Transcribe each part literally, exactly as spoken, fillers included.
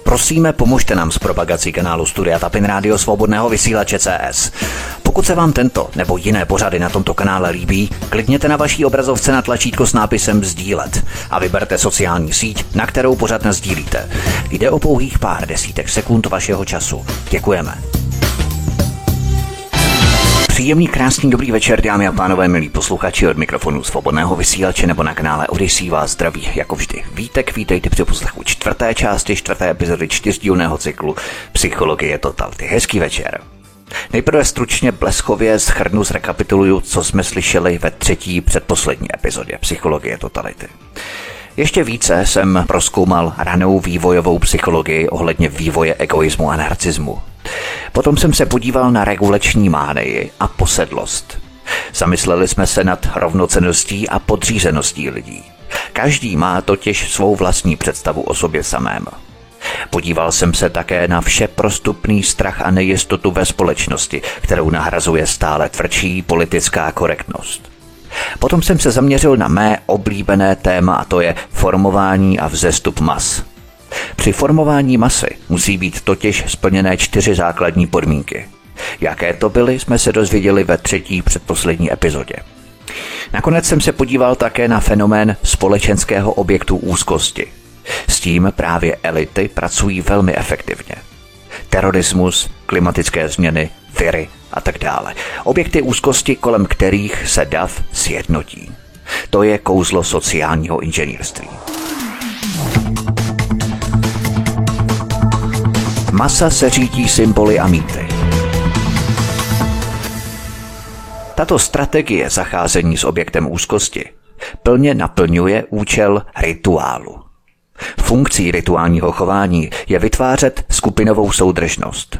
Prosíme, pomožte nám s propagací kanálu Studia Tapin Rádio Svobodného vysílače C S. Pokud se vám tento nebo jiné pořady na tomto kanále líbí, klikněte na vaší obrazovce na tlačítko s nápisem sdílet a vyberte sociální síť, na kterou pořad nasdílíte. Jde o pouhých pár desítek sekund vašeho času. Děkujeme. Příjemný, krásný, dobrý večer, dámy a pánové, milí posluchači, od mikrofonu Svobodného vysílače nebo na kanále Odyssey vás zdraví jako vždy Vítek. Vítejte při poslechu čtvrté části čtvrté epizody čtyřdílného cyklu Psychologie totality. Hezký večer. Nejprve stručně bleskově shrnu, zrekapituluju, co jsme slyšeli ve třetí předposlední epizodě Psychologie totality. Ještě více jsem prozkoumal ranou vývojovou psychologii ohledně vývoje egoismu a narcismu. Potom jsem se podíval na regulační mánii a posedlost. Zamysleli jsme se nad rovnocenností a podřízeností lidí. Každý má totiž svou vlastní představu o sobě samém. Podíval jsem se také na všeprostupný strach a nejistotu ve společnosti, kterou nahrazuje stále tvrdší politická korektnost. Potom jsem se zaměřil na mé oblíbené téma, a to je formování a vzestup mas. Při formování masy musí být totiž splněné čtyři základní podmínky. Jaké to byly, jsme se dozvěděli ve třetí předposlední epizodě. Nakonec jsem se podíval také na fenomén společenského objektu úzkosti. S tím právě elity pracují velmi efektivně. Terorismus, klimatické změny, viry a tak dále. Objekty úzkosti, kolem kterých se dav sjednotí. To je kouzlo sociálního inženýrství. Masa se řídí symboly a mýty. Tato strategie zacházení s objektem úzkosti plně naplňuje účel rituálu. Funkcí rituálního chování je vytvářet skupinovou soudržnost.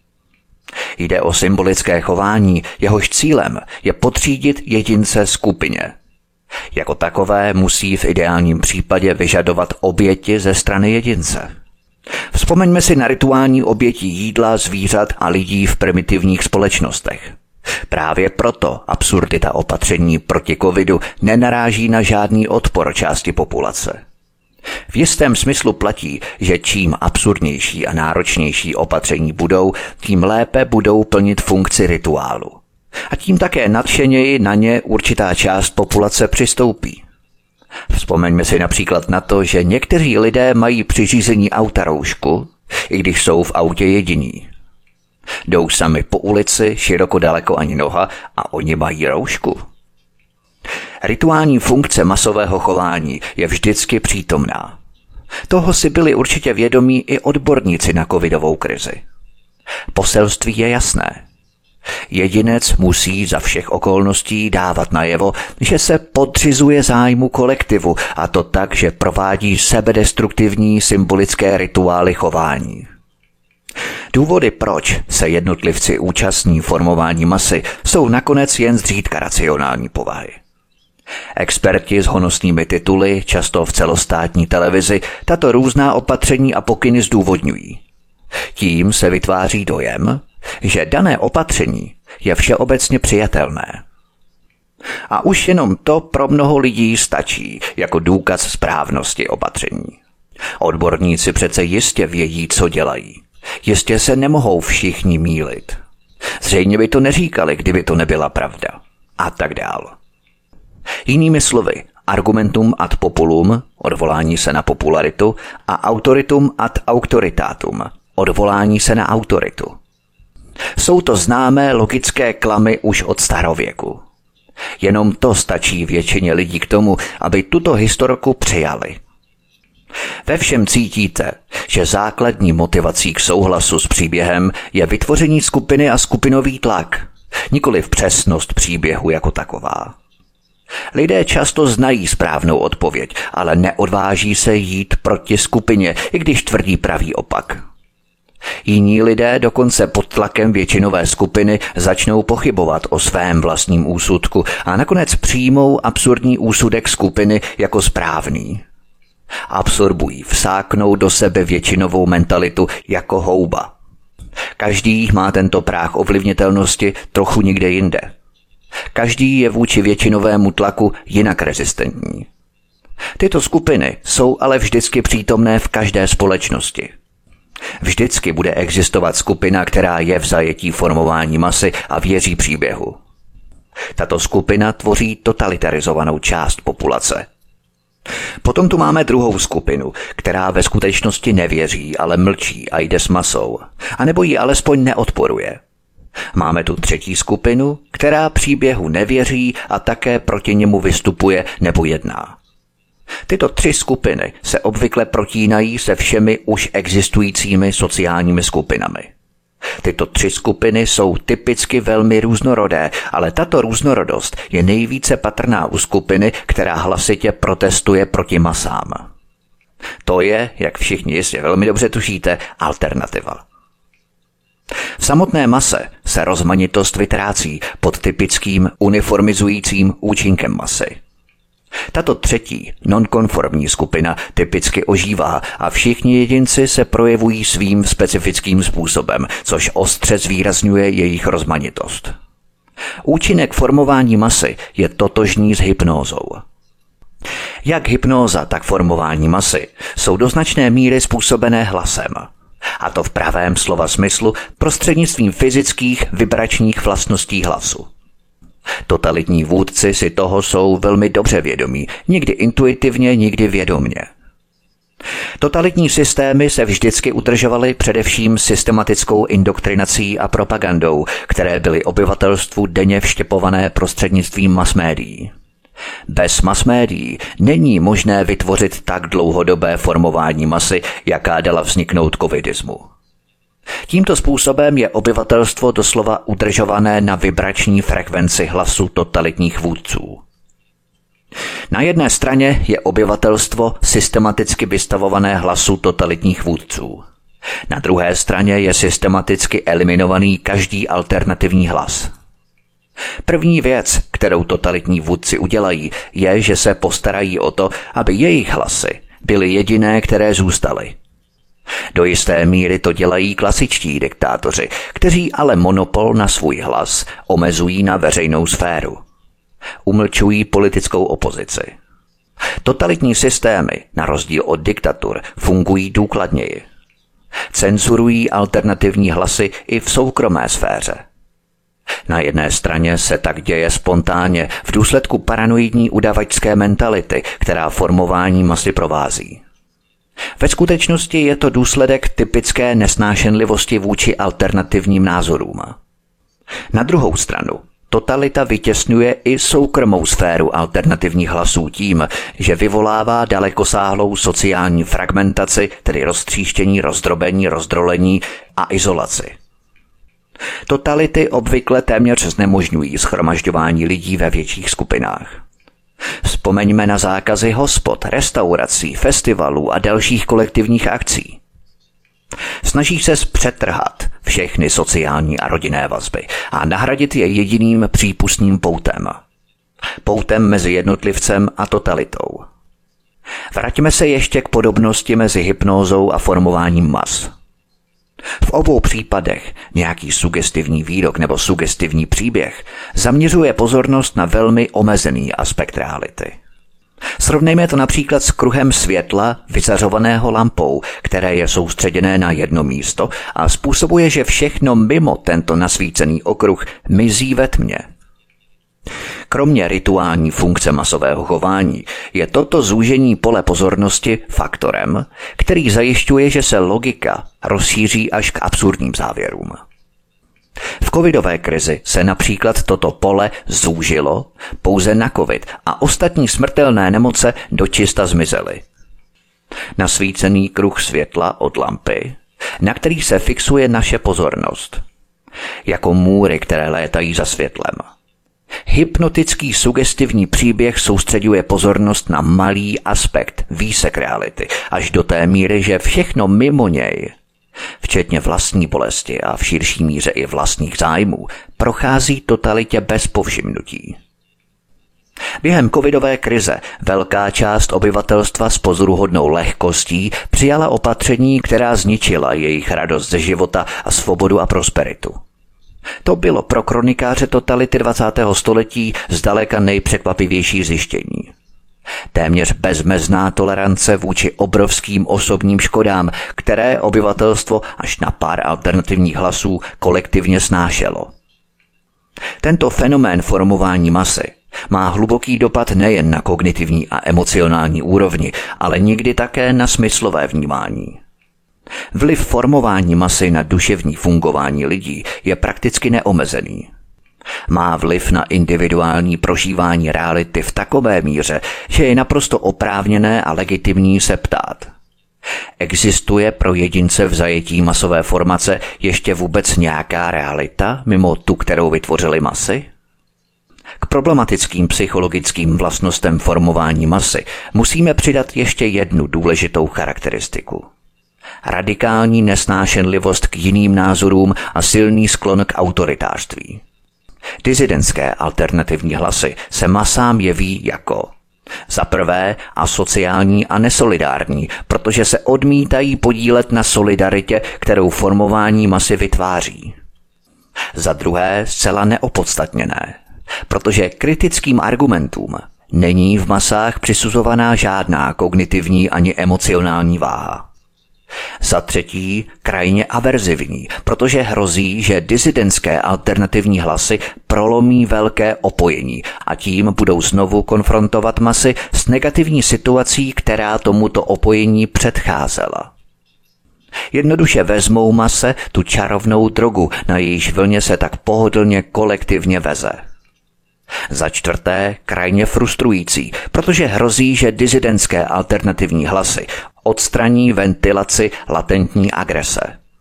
Jde o symbolické chování, jehož cílem je podřídit jedince skupině. Jako takové musí v ideálním případě vyžadovat oběti ze strany jedince. Vzpomeňme si na rituální oběti jídla, zvířat a lidí v primitivních společnostech. Právě proto absurdita opatření proti covidu nenaráží na žádný odpor části populace. V jistém smyslu platí, že čím absurdnější a náročnější opatření budou, tím lépe budou plnit funkci rituálu. A tím také nadšeněji na ně určitá část populace přistoupí. Vzpomeňme si například na to, že někteří lidé mají při řízení auta roušku, i když jsou v autě jediní. Jdou sami po ulici, široko daleko ani noha, a oni mají roušku. Rituální funkce masového chování je vždycky přítomná. Toho si byli určitě vědomí i odborníci na covidovou krizi. Poselství je jasné. Jedinec musí za všech okolností dávat najevo, že se podřizuje zájmu kolektivu, a to tak, že provádí sebedestruktivní symbolické rituály chování. Důvody, proč se jednotlivci účastní formování masy, jsou nakonec jen zřídka racionální povahy. Experti s honosnými tituly, často v celostátní televizi, tato různá opatření a pokyny zdůvodňují. Tím se vytváří dojem, že dané opatření je všeobecně přijatelné. A už jenom to pro mnoho lidí stačí jako důkaz správnosti opatření. Odborníci přece jistě vědí, co dělají. Jistě se nemohou všichni mýlit. Zřejmě by to neříkali, kdyby to nebyla pravda. A tak dál. Jinými slovy, argumentum ad populum, odvolání se na popularitu, a autoritum ad auctoritatum, odvolání se na autoritu. Jsou to známé logické klamy už od starověku. Jenom to stačí většině lidí k tomu, aby tuto historku přijali. Ve všem cítíte, že základní motivací k souhlasu s příběhem je vytvoření skupiny a skupinový tlak, nikoliv přesnost příběhu jako taková. Lidé často znají správnou odpověď, ale neodváží se jít proti skupině, i když tvrdí pravý opak. Jiní lidé dokonce pod tlakem většinové skupiny začnou pochybovat o svém vlastním úsudku a nakonec přijmou absurdní úsudek skupiny jako správný. Absorbují, vsáknou do sebe většinovou mentalitu jako houba. Každý má tento práh ovlivnitelnosti trochu někde jinde. Každý je vůči většinovému tlaku jinak rezistentní. Tyto skupiny jsou ale vždycky přítomné v každé společnosti. Vždycky bude existovat skupina, která je v zajetí formování masy a věří příběhu. Tato skupina tvoří totalitarizovanou část populace. Potom tu máme druhou skupinu, která ve skutečnosti nevěří, ale mlčí a jde s masou, anebo jí alespoň neodporuje. Máme tu třetí skupinu, která příběhu nevěří a také proti němu vystupuje nebo jedná. Tyto tři skupiny se obvykle protínají se všemi už existujícími sociálními skupinami. Tyto tři skupiny jsou typicky velmi různorodé, ale tato různorodost je nejvíce patrná u skupiny, která hlasitě protestuje proti masám. To je, jak všichni jistě velmi dobře tušíte, alternativa. V samotné mase se rozmanitost vytrácí pod typickým uniformizujícím účinkem masy. Tato třetí, nonkonformní skupina typicky ožívá a všichni jedinci se projevují svým specifickým způsobem, což ostře zvýrazňuje jejich rozmanitost. Účinek formování masy je totožný s hypnózou. Jak hypnóza, tak formování masy jsou do značné míry způsobené hlasem. A to v pravém slova smyslu prostřednictvím fyzických vibračních vlastností hlasu. Totalitní vůdci si toho jsou velmi dobře vědomí, někdy intuitivně, někdy vědomně. Totalitní systémy se vždycky udržovaly především systematickou indoktrinací a propagandou, které byly obyvatelstvu denně vštěpované prostřednictvím masmédií. Bez masmédií není možné vytvořit tak dlouhodobé formování masy, jaká dala vzniknout covidismu. Tímto způsobem je obyvatelstvo doslova udržované na vibrační frekvenci hlasu totalitních vůdců. Na jedné straně je obyvatelstvo systematicky vystavované hlasu totalitních vůdců. Na druhé straně je systematicky eliminovaný každý alternativní hlas. První věc, kterou totalitní vůdci udělají, je, že se postarají o to, aby jejich hlasy byly jediné, které zůstaly. Do jisté míry to dělají klasičtí diktátoři, kteří ale monopol na svůj hlas omezují na veřejnou sféru. Umlčují politickou opozici. Totalitní systémy, na rozdíl od diktatur, fungují důkladněji. Cenzurují alternativní hlasy i v soukromé sféře. Na jedné straně se tak děje spontánně v důsledku paranoidní udavačské mentality, která formování masy provází. Ve skutečnosti je to důsledek typické nesnášenlivosti vůči alternativním názorům. Na druhou stranu, totalita vytěsňuje i soukromou sféru alternativních hlasů tím, že vyvolává dalekosáhlou sociální fragmentaci, tedy roztříštění, rozdrobení, rozdrolení a izolaci. Totality obvykle téměř znemožňují shromažďování lidí ve větších skupinách. Vzpomeňme na zákazy hospod, restaurací, festivalů a dalších kolektivních akcí. Snaží se zpřetrhat všechny sociální a rodinné vazby a nahradit je jediným přípustným poutem. Poutem mezi jednotlivcem a totalitou. Vraťme se ještě k podobnosti mezi hypnózou a formováním mas. V obou případech nějaký sugestivní výrok nebo sugestivní příběh zaměřuje pozornost na velmi omezený aspekt reality. Srovnejme to například s kruhem světla vyzařovaného lampou, které je soustředěné na jedno místo a způsobuje, že všechno mimo tento nasvícený okruh mizí ve tmě. Kromě rituální funkce masového chování je toto zúžení pole pozornosti faktorem, který zajišťuje, že se logika rozšíří až k absurdním závěrům. V covidové krizi se například toto pole zúžilo pouze na covid a ostatní smrtelné nemoce dočista zmizely. Nasvícený kruh světla od lampy, na který se fixuje naše pozornost, jako můry, které létají za světlem. Hypnotický sugestivní příběh soustředuje pozornost na malý aspekt, výsek reality, až do té míry, že všechno mimo něj, včetně vlastní bolesti a v širší míře i vlastních zájmů, prochází totalitě bez povšimnutí. Během covidové krize velká část obyvatelstva s pozoruhodnou lehkostí přijala opatření, která zničila jejich radost ze života a svobodu a prosperitu. To bylo pro kronikáře totality dvacátého století zdaleka nejpřekvapivější zjištění. Téměř bezmezná tolerance vůči obrovským osobním škodám, které obyvatelstvo až na pár alternativních hlasů kolektivně snášelo. Tento fenomén formování masy má hluboký dopad nejen na kognitivní a emocionální úrovni, ale někdy také na smyslové vnímání. Vliv formování masy na duševní fungování lidí je prakticky neomezený. Má vliv na individuální prožívání reality v takové míře, že je naprosto oprávněné a legitimní se ptát: existuje pro jedince v zajetí masové formace ještě vůbec nějaká realita mimo tu, kterou vytvořily masy? K problematickým psychologickým vlastnostem formování masy musíme přidat ještě jednu důležitou charakteristiku. Radikální nesnášenlivost k jiným názorům a silný sklon k autoritářství. Disidentské alternativní hlasy se masám jeví jako za prvé asociální a nesolidární, protože se odmítají podílet na solidaritě, kterou formování masy vytváří. Za druhé zcela neopodstatněné, protože kritickým argumentům není v masách přisuzovaná žádná kognitivní ani emocionální váha. Za třetí krajně averzivní, protože hrozí, že disidentské alternativní hlasy prolomí velké opojení a tím budou znovu konfrontovat masy s negativní situací, která tomuto opojení předcházela. Jednoduše vezmou mase tu čarovnou drogu, na jejíž vlně se tak pohodlně kolektivně veze. Za čtvrté krajně frustrující, protože hrozí, že disidentské alternativní hlasy odstraní ventilaci latentní agrese.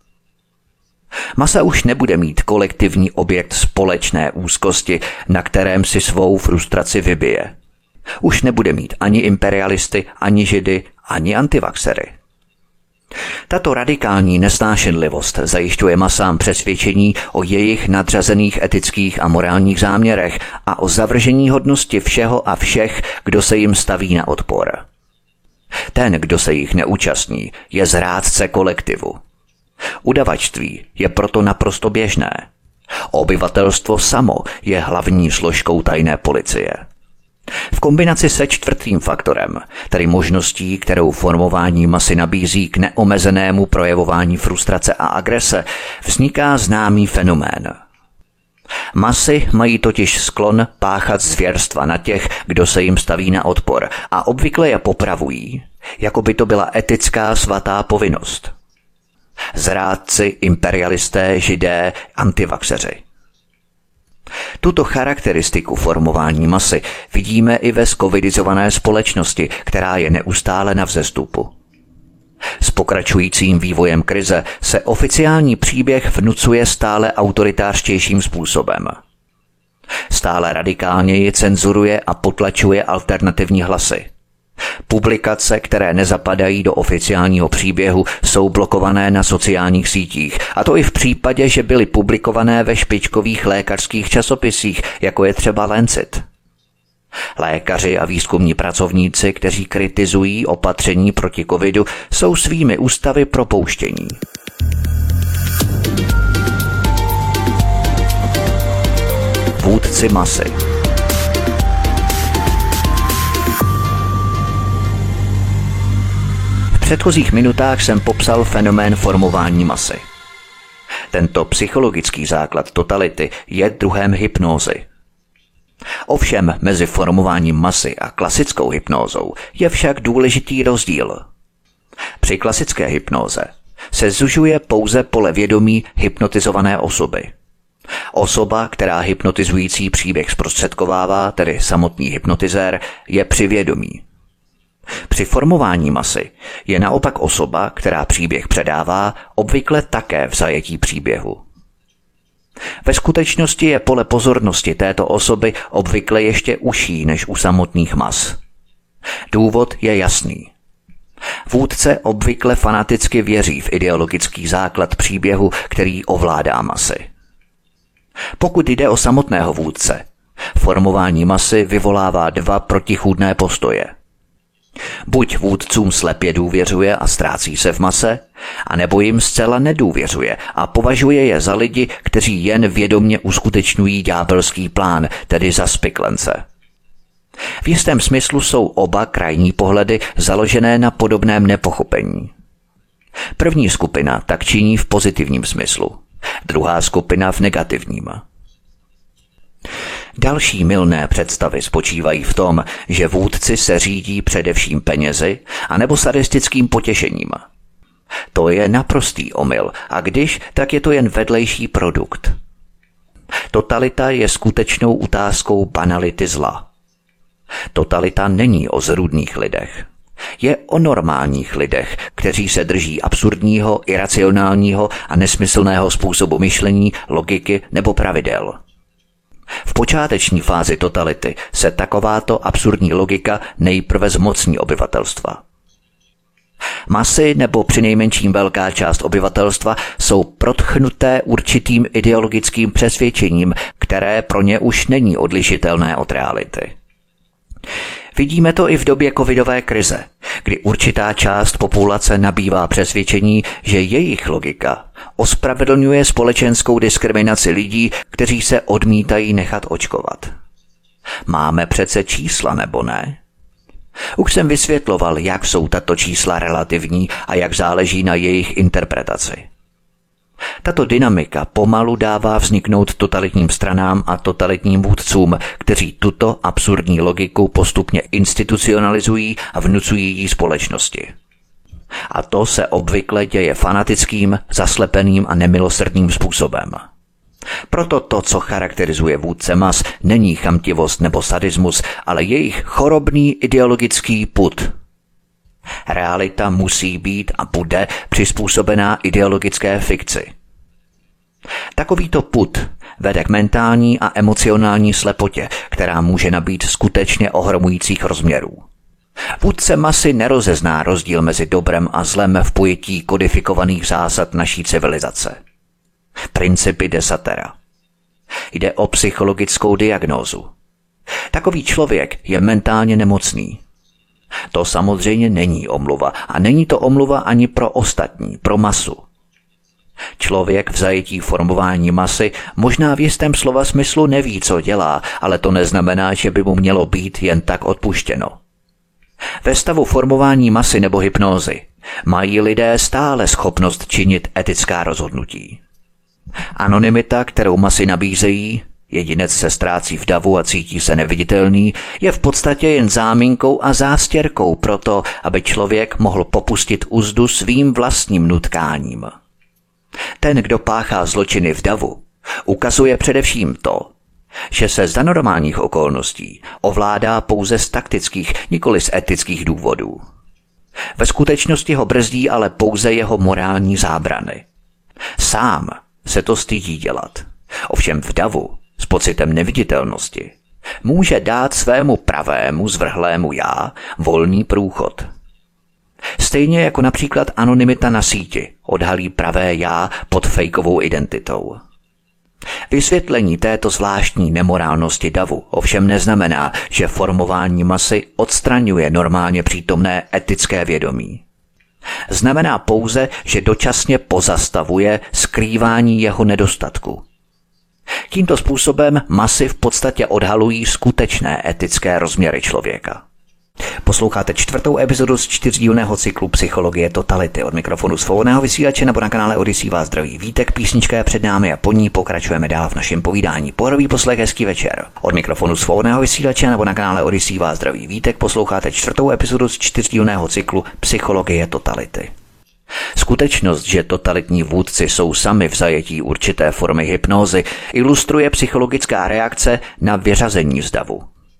Masa už nebude mít kolektivní objekt společné úzkosti, na kterém si svou frustraci vybije. Už nebude mít ani imperialisty, ani židy, ani antivaxery. Tato radikální nesnášenlivost zajišťuje masám přesvědčení o jejich nadřazených etických a morálních záměrech a o zavržení hodnosti všeho a všech, kdo se jim staví na odpor. Ten, kdo se jich neúčastní, je zrádce kolektivu. Udavačství je proto naprosto běžné. Obyvatelstvo samo je hlavní složkou tajné policie. V kombinaci se čtvrtým faktorem, tedy možností, kterou formování masy nabízí k neomezenému projevování frustrace a agrese, vzniká známý fenomén. Masy mají totiž sklon páchat zvěrstva na těch, kdo se jim staví na odpor, a obvykle je popravují, jako by to byla etická svatá povinnost. Zrádci, imperialisté, židé, antivaxeři. Tuto charakteristiku formování masy vidíme i ve zcovidizované společnosti, která je neustále na vzestupu. S pokračujícím vývojem krize se oficiální příběh vnucuje stále autoritářtějším způsobem. Stále radikálněji cenzuruje a potlačuje alternativní hlasy. Publikace, které nezapadají do oficiálního příběhu, jsou blokované na sociálních sítích, a to i v případě, že byly publikované ve špičkových lékařských časopisích, jako je třeba Lancet. Lékaři a výzkumní pracovníci, kteří kritizují opatření proti covidu, jsou svými ústavy propouštění. Vůdci masy. V předchozích minutách jsem popsal fenomén formování masy. Tento psychologický základ totality je druhem hypnózy. Ovšem mezi formováním masy a klasickou hypnózou je však důležitý rozdíl. Při klasické hypnóze se zužuje pouze pole vědomí hypnotizované osoby. Osoba, která hypnotizující příběh zprostředkovává, tedy samotný hypnotizér, je při vědomí. Při formování masy je naopak osoba, která příběh předává, obvykle také v zajetí příběhu. Ve skutečnosti je pole pozornosti této osoby obvykle ještě užší než u samotných mas. Důvod je jasný. Vůdce obvykle fanaticky věří v ideologický základ příběhu, který ovládá masy. Pokud jde o samotného vůdce, formování masy vyvolává dva protichůdné postoje. Buď vůdcům slepě důvěřuje a ztrácí se v mase, anebo jim zcela nedůvěřuje a považuje je za lidi, kteří jen vědomě uskutečňují ďábelský plán, tedy za spiklence. V jistém smyslu jsou oba krajní pohledy založené na podobném nepochopení. První skupina tak činí v pozitivním smyslu, druhá skupina v negativním. Další mylné představy spočívají v tom, že vůdci se řídí především penězi anebo sadistickým potěšením. To je naprostý omyl a když, tak je to jen vedlejší produkt. Totalita je skutečnou ukázkou banality zla. Totalita není o zrůdných lidech. Je o normálních lidech, kteří se drží absurdního, iracionálního a nesmyslného způsobu myšlení, logiky nebo pravidel. V počáteční fázi totality se takováto absurdní logika nejprve zmocní obyvatelstva. Masy nebo přinejmenším velká část obyvatelstva jsou protchnuté určitým ideologickým přesvědčením, které pro ně už není odlišitelné od reality. Vidíme to i v době covidové krize, kdy určitá část populace nabývá přesvědčení, že jejich logika ospravedlňuje společenskou diskriminaci lidí, kteří se odmítají nechat očkovat. Máme přece čísla, nebo ne? Už jsem vysvětloval, jak jsou tato čísla relativní a jak záleží na jejich interpretaci. Tato dynamika pomalu dává vzniknout totalitním stranám a totalitním vůdcům, kteří tuto absurdní logiku postupně institucionalizují a vnucují jí společnosti. A to se obvykle děje fanatickým, zaslepeným a nemilosrdným způsobem. Proto to, co charakterizuje vůdce mas, není chamtivost nebo sadismus, ale jejich chorobný ideologický pud. Realita musí být a bude přizpůsobená ideologické fikci. Takovýto pud vede k mentální a emocionální slepotě, která může nabýt skutečně ohromujících rozměrů. Vůdce masy nerozezná rozdíl mezi dobrem a zlem v pojetí kodifikovaných zásad naší civilizace. Principy desatera. Jde o psychologickou diagnózu. Takový člověk je mentálně nemocný. To samozřejmě není omluva a není to omluva ani pro ostatní, pro masu. Člověk v zajetí formování masy možná v jistém slova smyslu neví, co dělá, ale to neznamená, že by mu mělo být jen tak odpuštěno. Ve stavu formování masy nebo hypnózy mají lidé stále schopnost činit etická rozhodnutí. Anonymita, kterou masy nabízejí, jedinec se ztrácí v davu a cítí se neviditelný, je v podstatě jen záminkou a zástěrkou pro to, aby člověk mohl popustit uzdu svým vlastním nutkáním. Ten, kdo páchá zločiny v davu, ukazuje především to, že se za normálních okolností ovládá pouze z taktických, nikoli z etických důvodů. Ve skutečnosti ho brzdí ale pouze jeho morální zábrany. Sám se to stydí dělat. Ovšem v davu, s pocitem neviditelnosti, může dát svému pravému zvrhlému já volný průchod. Stejně jako například anonymita na síti odhalí pravé já pod fejkovou identitou. Vysvětlení této zvláštní nemorálnosti davu ovšem neznamená, že formování masy odstraňuje normálně přítomné etické vědomí. Znamená pouze, že dočasně pozastavuje skrývání jeho nedostatku. Tímto způsobem masy v podstatě odhalují skutečné etické rozměry člověka. Posloucháte čtvrtou epizodu z čtyřdílného cyklu Psychologie totality. Od mikrofonu svobodného vysílače nebo na kanále Odyssey vás zdraví Vítek, písnička je před námi a po ní pokračujeme dál v našem povídání. Pohodový poslech, hezký večer. Od mikrofonu svobodného vysílače nebo na kanále Odyssey vás zdraví Vítek, posloucháte čtvrtou epizodu z čtyřdílného cyklu Psychologie totality. Skutečnost, že totalitní vůdci jsou sami v zajetí určité formy hypnózy, ilustruje psychologická reakce na vyřazení z davu.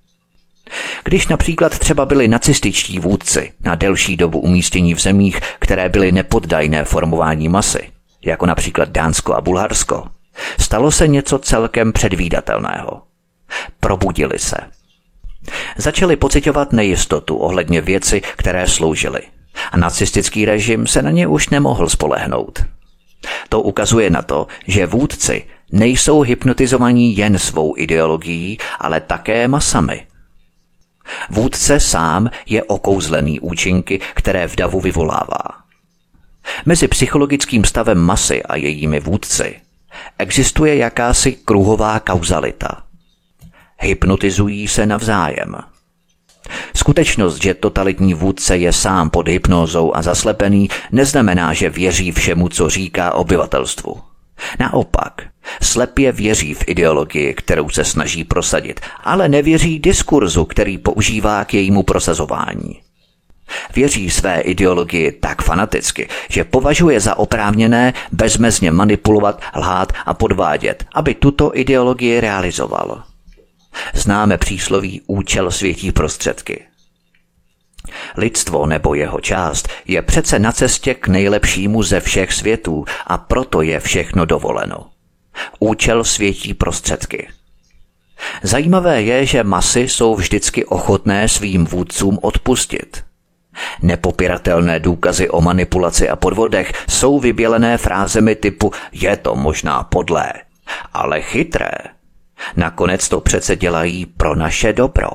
Když například třeba byli nacističtí vůdci na delší dobu umístění v zemích, které byly nepoddajné formování masy, jako například Dánsko a Bulharsko, stalo se něco celkem předvídatelného. Probudili se. Začali pociťovat nejistotu ohledně věci, které sloužily, a nacistický režim se na ně už nemohl spolehnout. To ukazuje na to, že vůdci nejsou hypnotizovaní jen svou ideologií, ale také masami. Vůdce sám je okouzlený účinky, které v davu vyvolává. Mezi psychologickým stavem masy a jejími vůdci existuje jakási kruhová kauzalita. Hypnotizují se navzájem. Skutečnost, že totalitní vůdce je sám pod hypnózou a zaslepený, neznamená, že věří všemu, co říká obyvatelstvu. Naopak, slepě věří v ideologii, kterou se snaží prosadit, ale nevěří diskurzu, který používá k jejímu prosazování. Věří své ideologii tak fanaticky, že považuje za oprávněné bezmezně manipulovat, lhát a podvádět, aby tuto ideologii realizoval. Známe přísloví účel světí prostředky. Lidstvo nebo jeho část je přece na cestě k nejlepšímu ze všech světů a proto je všechno dovoleno. Účel světí prostředky. Zajímavé je, že masy jsou vždycky ochotné svým vůdcům odpustit. Nepopiratelné důkazy o manipulaci a podvodech jsou vybělené frázemi typu je to možná podlé, ale chytré. Nakonec to přece dělají pro naše dobro.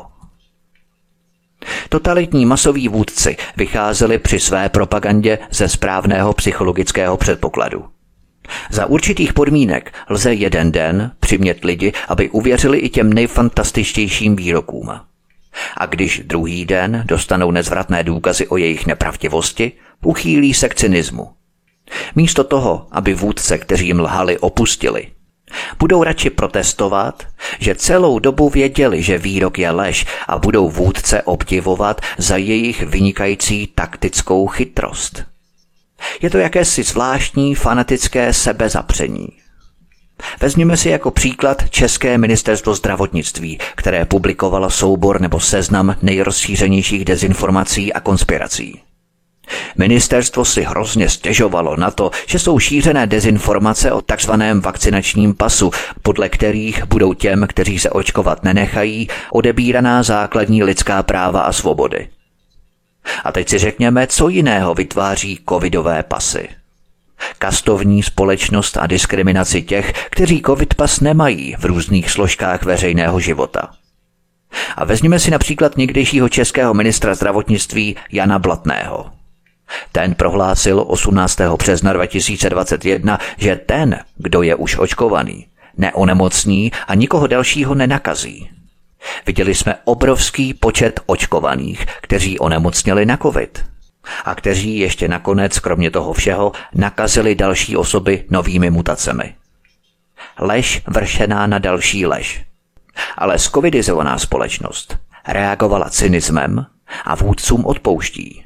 Totalitní masoví vůdci vycházeli při své propagandě ze správného psychologického předpokladu. Za určitých podmínek lze jeden den přimět lidi, aby uvěřili i těm nejfantastičtějším výrokům. A když druhý den dostanou nezvratné důkazy o jejich nepravdivosti, uchýlí se k cynismu. Místo toho, aby vůdce, kteří jim lhali, opustili, budou radši protestovat, že celou dobu věděli, že výrok je lež a budou vůdce obdivovat za jejich vynikající taktickou chytrost. Je to jakési zvláštní fanatické sebezapření. Vezměme si jako příklad České ministerstvo zdravotnictví, které publikovalo soubor nebo seznam nejrozšířenějších dezinformací a konspirací. Ministerstvo si hrozně stěžovalo na to, že jsou šířené dezinformace o takzvaném vakcinačním pasu, podle kterých budou těm, kteří se očkovat nenechají, odebíraná základní lidská práva a svobody. A teď si řekněme, co jiného vytváří covidové pasy. Kastovní společnost a diskriminaci těch, kteří covid pas nemají v různých složkách veřejného života. A vezměme si například někdejšího českého ministra zdravotnictví Jana Blatného. Ten prohlásil osmnáctého března dva tisíce dvacet jedna, že ten, kdo je už očkovaný, neonemocní a nikoho dalšího nenakazí. Viděli jsme obrovský počet očkovaných, kteří onemocněli na covid a kteří ještě nakonec, kromě toho všeho, nakazili další osoby novými mutacemi. Lež vršená na další lež. Ale zcovidizovaná společnost reagovala cynismem a vůdcům odpouští.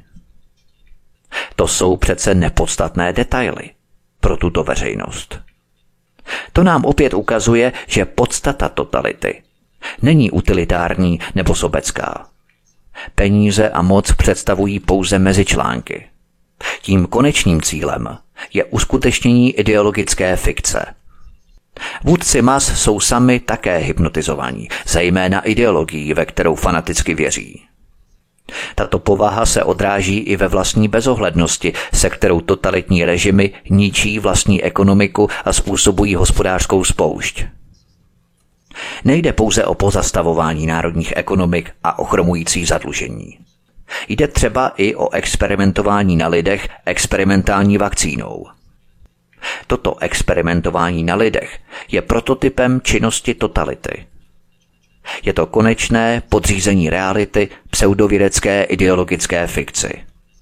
To jsou přece nepodstatné detaily pro tuto veřejnost. To nám opět ukazuje, že podstata totality není utilitární nebo sobecká. Peníze a moc představují pouze mezičlánky. Tím konečným cílem je uskutečnění ideologické fikce. Vůdci mas jsou sami také hypnotizovaní, zejména ideologií, ve kterou fanaticky věří. Tato povaha se odráží i ve vlastní bezohlednosti, se kterou totalitní režimy ničí vlastní ekonomiku a způsobují hospodářskou spoušť. Nejde pouze o pozastavování národních ekonomik a ochromující zadlužení. Jde třeba i o experimentování na lidech experimentální vakcínou. Toto experimentování na lidech je prototypem činnosti totality. Je to konečné podřízení reality pseudovědecké ideologické fikci.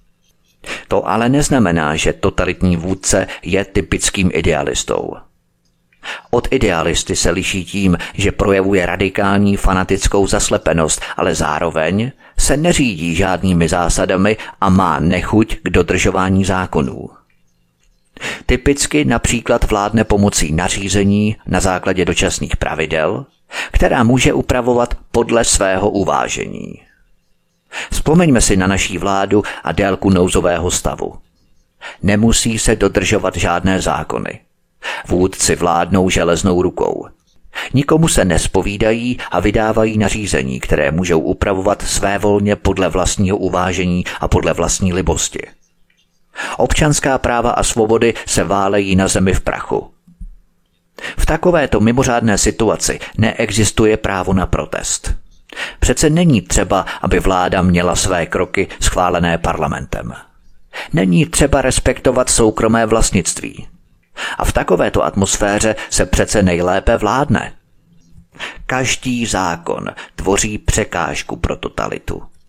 To ale neznamená, že totalitní vůdce je typickým idealistou. Od idealisty se liší tím, že projevuje radikální fanatickou zaslepenost, ale zároveň se neřídí žádnými zásadami a má nechuť k dodržování zákonů. Typicky například vládne pomocí nařízení na základě dočasných pravidel, která může upravovat podle svého uvážení. Vzpomeňme si na naší vládu a délku nouzového stavu. Nemusí se dodržovat žádné zákony. Vůdci vládnou železnou rukou. Nikomu se nespovídají a vydávají nařízení, které můžou upravovat svévolně podle vlastního uvážení a podle vlastní libosti. Občanská práva a svobody se válejí na zemi v prachu. V takovéto mimořádné situaci neexistuje právo na protest. Přece není třeba, aby vláda měla své kroky schválené parlamentem. Není třeba respektovat soukromé vlastnictví. A v takovéto atmosféře se přece nejlépe vládne. Každý zákon tvoří překážku pro totalitu.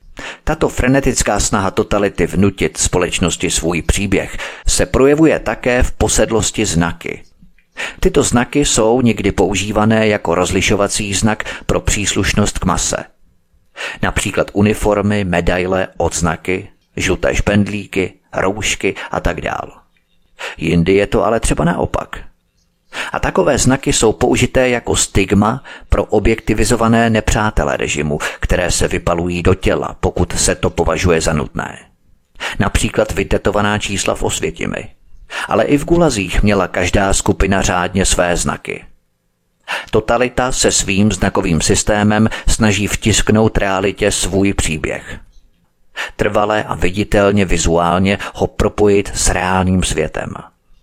Tato frenetická snaha totality vnutit společnosti svůj příběh se projevuje také v posedlosti znaky. Tyto znaky jsou někdy používané jako rozlišovací znak pro příslušnost k mase. Například uniformy, medaile, odznaky, žluté špendlíky, roušky a tak dál. Jindy je to ale třeba naopak. A takové znaky jsou použité jako stigma pro objektivizované nepřátele režimu, které se vypalují do těla, pokud se to považuje za nutné. Například vytetovaná čísla v Osvětimi. Ale i v gulazích měla každá skupina řádně své znaky. Totalita se svým znakovým systémem snaží vtisknout realitě svůj příběh. Trvale a viditelně vizuálně ho propojit s reálným světem.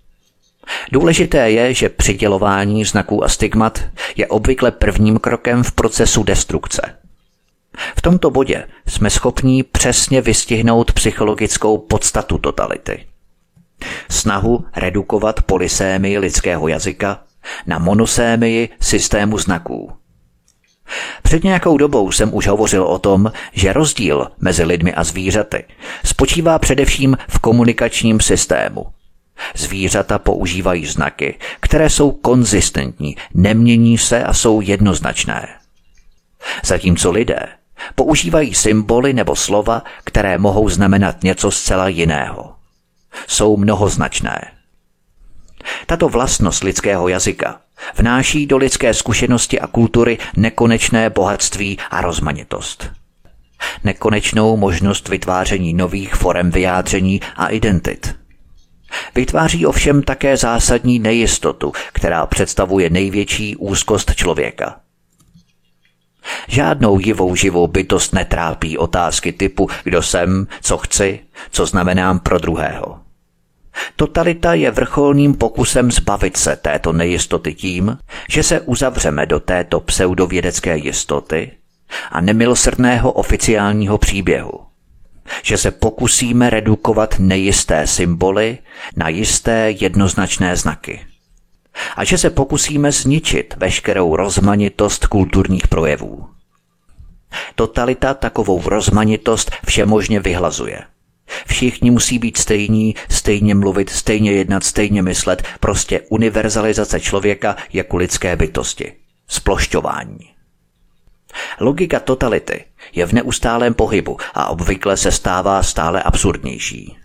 Důležité je, že přidělování znaků a stigmat je obvykle prvním krokem v procesu destrukce. V tomto bodě jsme schopni přesně vystihnout psychologickou podstatu totality. Snahu redukovat polysémii lidského jazyka na monosémii systému znaků. Před nějakou dobou jsem už hovořil o tom, že rozdíl mezi lidmi a zvířaty spočívá především v komunikačním systému. Zvířata používají znaky, které jsou konzistentní, nemění se a jsou jednoznačné. Zatímco lidé používají symboly nebo slova, které mohou znamenat něco zcela jiného. Jsou mnohoznačné. Tato vlastnost lidského jazyka vnáší do lidské zkušenosti a kultury nekonečné bohatství a rozmanitost. Nekonečnou možnost vytváření nových forem vyjádření a identit. Vytváří ovšem také zásadní nejistotu, která představuje největší úzkost člověka. Žádnou živou živou bytost netrápí otázky typu kdo jsem, co chci, co znamenám pro druhého. Totalita je vrcholným pokusem zbavit se této nejistoty tím, že se uzavřeme do této pseudovědecké jistoty a nemilosrdného oficiálního příběhu. Že se pokusíme redukovat nejisté symboly na jisté jednoznačné znaky. A že se pokusíme zničit veškerou rozmanitost kulturních projevů. Totalita takovou rozmanitost všemožně vyhlazuje. Všichni musí být stejní, stejně mluvit, stejně jednat, stejně myslet, prostě univerzalizace člověka jako lidské bytosti. Splošťování. Logika totality je v neustálém pohybu a obvykle se stává stále absurdnější.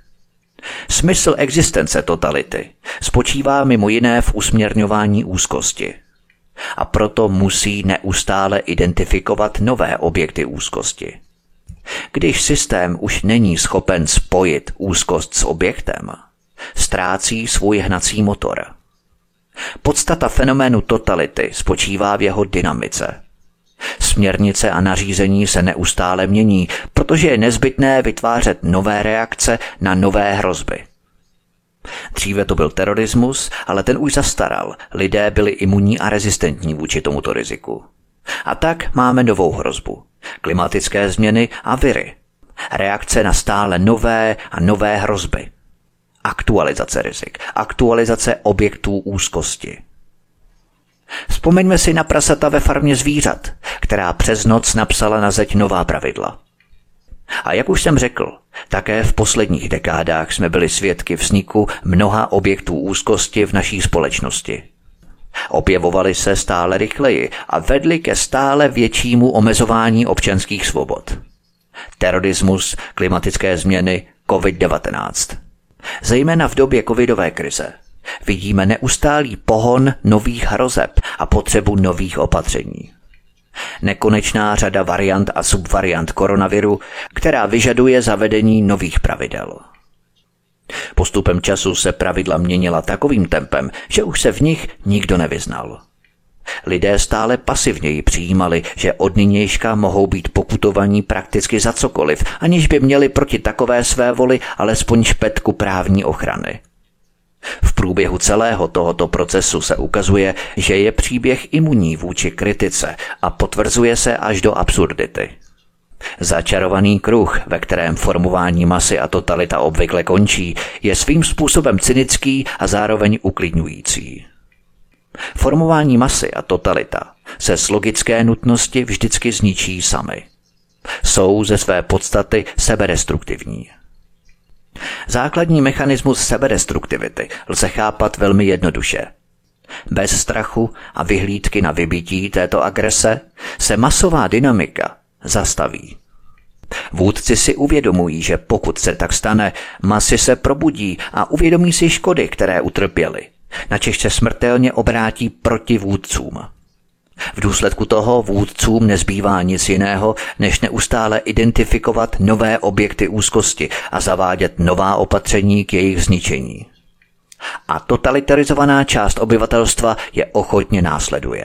Smysl existence totality spočívá mimo jiné v usměrňování úzkosti. A proto musí neustále identifikovat nové objekty úzkosti. Když systém už není schopen spojit úzkost s objektem, ztrácí svůj hnací motor. Podstata fenoménu totality spočívá v jeho dynamice. Směrnice a nařízení se neustále mění, protože je nezbytné vytvářet nové reakce na nové hrozby. Dříve to byl terorismus, ale ten už zastaral. Lidé byli imunní a rezistentní vůči tomuto riziku. A tak máme novou hrozbu. Klimatické změny a viry. Reakce na stále nové a nové hrozby. Aktualizace rizik. Aktualizace objektů úzkosti. Vzpomeňme si na prasata ve farmě zvířat, která přes noc napsala na zeď nová pravidla. A jak už jsem řekl, také v posledních dekádách jsme byli svědky vzniku mnoha objektů úzkosti v naší společnosti. Objevovaly se stále rychleji a vedly ke stále většímu omezování občanských svobod. Terorismus, klimatické změny, covid devatenáct. Zejména v době covidové krize vidíme neustálý pohon nových hrozeb a potřebu nových opatření. Nekonečná řada variant a subvariant koronaviru, která vyžaduje zavedení nových pravidel. Postupem času se pravidla měnila takovým tempem, že už se v nich nikdo nevyznal. Lidé stále pasivněji přijímali, že od nynějška mohou být pokutovaní prakticky za cokoliv, aniž by měli proti takové své voli alespoň špetku právní ochrany. V průběhu celého tohoto procesu se ukazuje, že je příběh imunní vůči kritice a potvrzuje se až do absurdity. Začarovaný kruh, ve kterém formování masy a totalita obvykle končí, je svým způsobem cynický a zároveň uklidňující. Formování masy a totalita se z logické nutnosti vždycky zničí samy. Jsou ze své podstaty sebedestruktivní. Základní mechanismus sebedestruktivity lze chápat velmi jednoduše. Bez strachu a vyhlídky na vybití této agrese se masová dynamika zastaví. Vůdci si uvědomují, že pokud se tak stane, masy se probudí a uvědomí si škody, které utrpěly, načež se smrtelně obrátí proti vůdcům. V důsledku toho vůdcům nezbývá nic jiného, než neustále identifikovat nové objekty úzkosti a zavádět nová opatření k jejich zničení. A totalitarizovaná část obyvatelstva je ochotně následuje.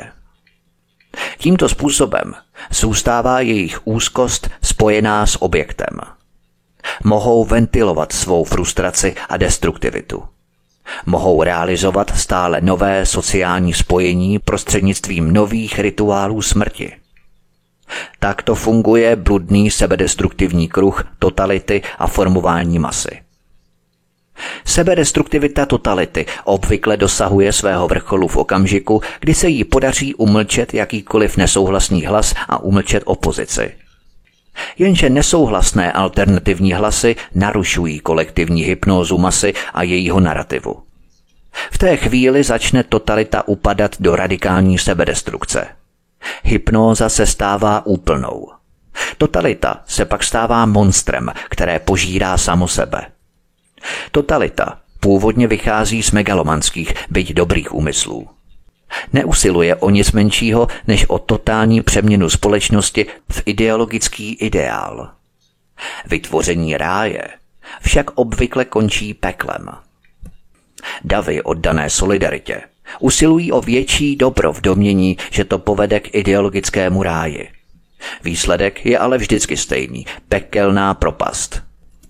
Tímto způsobem zůstává jejich úzkost spojená s objektem. Mohou ventilovat svou frustraci a destruktivitu. Mohou realizovat stále nové sociální spojení prostřednictvím nových rituálů smrti. Takto funguje bludný sebedestruktivní kruh totality a formování masy. Sebedestruktivita totality obvykle dosahuje svého vrcholu v okamžiku, kdy se jí podaří umlčet jakýkoliv nesouhlasný hlas a umlčet opozici. Jenže nesouhlasné alternativní hlasy narušují kolektivní hypnózu masy a jejího narrativu. V té chvíli začne totalita upadat do radikální sebedestrukce. Hypnóza se stává úplnou. Totalita se pak stává monstrem, které požírá samo sebe. Totalita původně vychází z megalomanských, byť dobrých úmyslů. Neusiluje o nic menšího, než o totální přeměnu společnosti v ideologický ideál. Vytvoření ráje však obvykle končí peklem. Davy oddané solidaritě usilují o větší dobro v domnění, že to povede k ideologickému ráji. Výsledek je ale vždycky stejný – pekelná propast.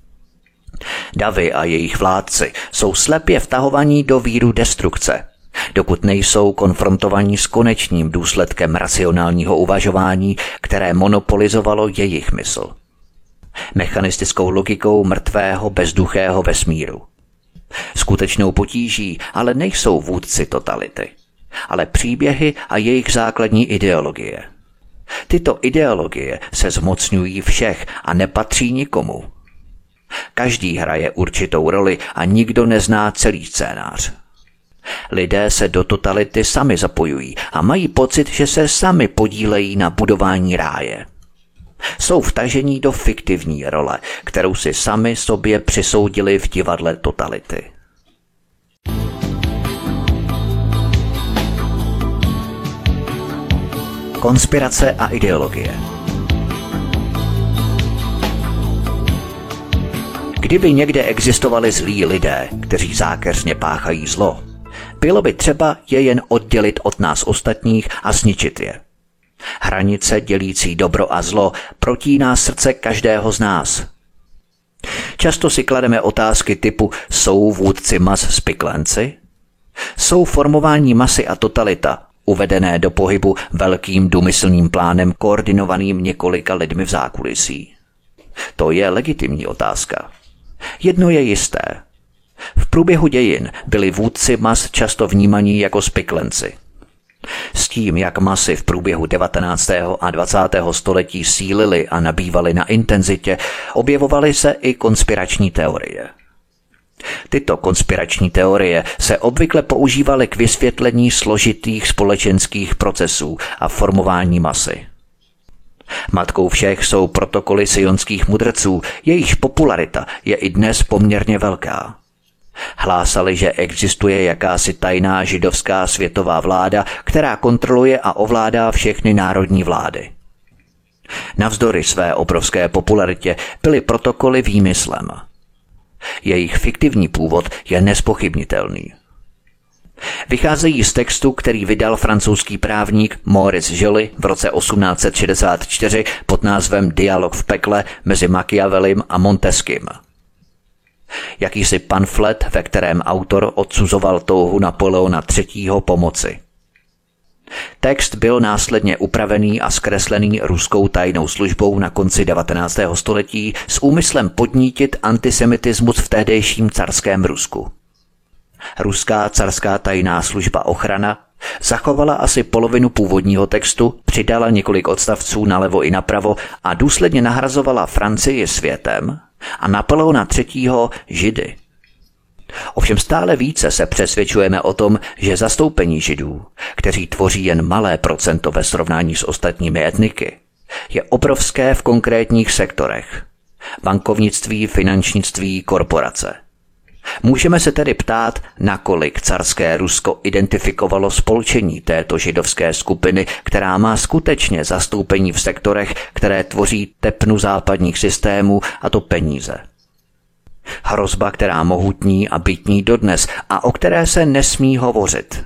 Davy a jejich vládci jsou slepě vtahovaní do víru destrukce, dokud nejsou konfrontovaní s konečným důsledkem racionálního uvažování, které monopolizovalo jejich mysl. Mechanistickou logikou mrtvého bezduchého vesmíru. Skutečnou potíží ale nejsou vůdci totality, ale příběhy a jejich základní ideologie. Tyto ideologie se zmocňují všech a nepatří nikomu. Každý hraje určitou roli a nikdo nezná celý scénář. Lidé se do totality sami zapojují a mají pocit, že se sami podílejí na budování ráje. Jsou vtažení do fiktivní role, kterou si sami sobě přisoudili v divadle totality. Konspirace a ideologie. Kdyby někde existovali zlí lidé, kteří zákeřně páchají zlo, bylo by třeba je jen oddělit od nás ostatních a zničit je. Hranice dělící dobro a zlo protíná srdce každého z nás. Často si klademe otázky typu: jsou vůdci mas spiklenci? Jsou formování masy a totalita uvedené do pohybu velkým důmyslným plánem koordinovaným několika lidmi v zákulisí? To je legitimní otázka. Jedno je jisté. V průběhu dějin byli vůdci mas často vnímaní jako spiklenci. S tím, jak masy v průběhu devatenáctého a dvacátého století sílily a nabývaly na intenzitě, objevovaly se i konspirační teorie. Tyto konspirační teorie se obvykle používaly k vysvětlení složitých společenských procesů a formování masy. Matkou všech jsou protokoly sionských mudrců, jejichž popularita je i dnes poměrně velká. Hlásali, že existuje jakási tajná židovská světová vláda, která kontroluje a ovládá všechny národní vlády. Navzdory své obrovské popularitě byly protokoly výmyslem. Jejich fiktivní původ je nezpochybnitelný. Vycházejí z textu, který vydal francouzský právník Maurice Joly v roce osmnáct set šedesát čtyři pod názvem Dialog v pekle mezi Machiavellim a Montesquiem. Jakýsi pamflet, ve kterém autor odsuzoval touhu Napoleona třetího pomoci. Text byl následně upravený a zkreslený ruskou tajnou službou na konci devatenáctého století s úmyslem podnítit antisemitismus v tehdejším carském Rusku. Ruská carská tajná služba ochrana, Zachovala asi polovinu původního textu, přidala několik odstavců nalevo i napravo a důsledně nahrazovala Francii světem a Napoleona třetího Židy. Ovšem stále více se přesvědčujeme o tom, že zastoupení Židů, kteří tvoří jen malé procento ve srovnání s ostatními etniky, je obrovské v konkrétních sektorech. Bankovnictví, finančnictví, korporace. Můžeme se tedy ptát, nakolik carské Rusko identifikovalo spolčení této židovské skupiny, která má skutečně zastoupení v sektorech, které tvoří tepnu západních systémů, a to peníze. Hrozba, která mohutní a bytní dodnes a o které se nesmí hovořit.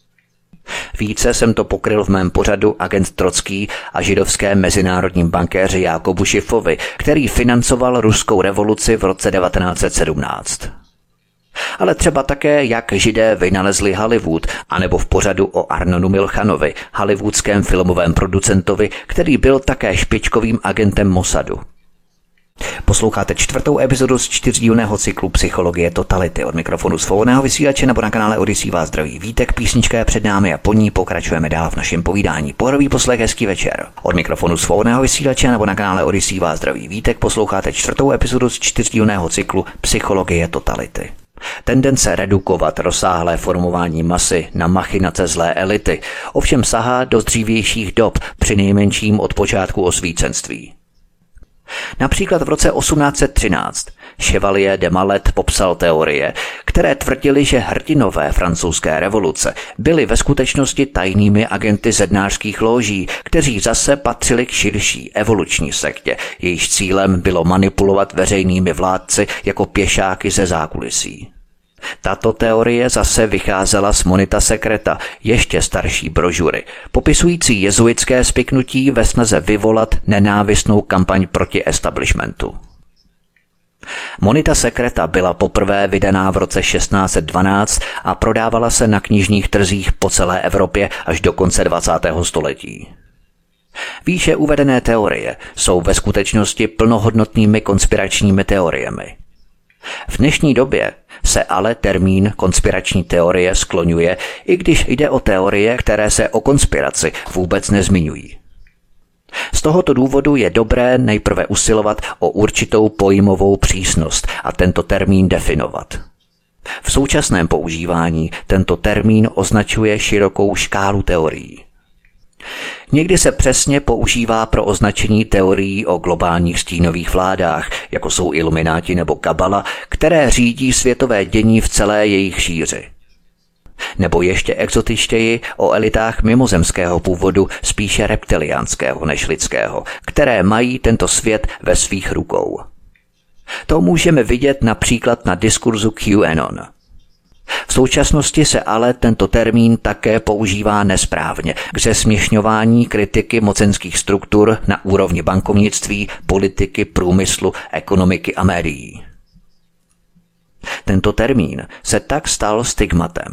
Více jsem to pokryl v mém pořadu Agent Trocký a židovské mezinárodním bankéři Jákobu Šifovi, který financoval ruskou revoluci v roce devatenáct set sedmnáct. Ale třeba také, jak Židé vynalezli Hollywood, anebo v pořadu o Arnonu Milchanovi, hollywoodském filmovém producentovi, který byl také špičkovým agentem Mossadu. Posloucháte čtvrtou epizodu z čtyřdílného cyklu Psychologie totality. Od mikrofonu svobodného vysílače nebo na kanále Odyssey vás zdraví Vítek, písnička je před námi a po ní pokračujeme dál v našem povídání. Pohodový poslech, hezký večer. Od mikrofonu svobodného vysílače nebo na kanále Odyssey vás zdraví Vítek, posloucháte čtvrtou epizodu z čtyřdílného cyklu Psychologie totality. Tendence redukovat rozsáhlé formování masy na machinace zlé elity ovšem sahá do dřívějších dob, přinejmenším od počátku osvícenství. Například v roce osmnáct set třináct Chevalier de Mallet popsal teorie, které tvrdili, že hrdinové francouzské revoluce byli ve skutečnosti tajnými agenty zednářských lóží, kteří zase patřili k širší evoluční sektě, jejíž cílem bylo manipulovat veřejnými vládci jako pěšáky ze zákulisí. Tato teorie zase vycházela z Monita Secreta, ještě starší brožury, popisující jezuitské spiknutí ve snaze vyvolat nenávistnou kampaň proti establishmentu. Monita Secreta byla poprvé vydaná v roce šestnáct set dvanáct a prodávala se na knižních trzích po celé Evropě až do konce dvacátého století. Výše uvedené teorie jsou ve skutečnosti plnohodnotnými konspiračními teoriemi. V dnešní době se ale termín konspirační teorie skloňuje, i když jde o teorie, které se o konspiraci vůbec nezmiňují. Z tohoto důvodu je dobré nejprve usilovat o určitou pojmovou přísnost a tento termín definovat. V současném používání tento termín označuje širokou škálu teorií. Někdy se přesně používá pro označení teorií o globálních stínových vládách, jako jsou ilumináti nebo kabala, které řídí světové dění v celé jejich šíři. Nebo ještě exotičtěji o elitách mimozemského původu, spíše reptiliánského než lidského, které mají tento svět ve svých rukou. To můžeme vidět například na diskurzu QAnon. V současnosti se ale tento termín také používá nesprávně k zesměšňování kritiky mocenských struktur na úrovni bankovnictví, politiky, průmyslu, ekonomiky a médií. Tento termín se tak stal stigmatem.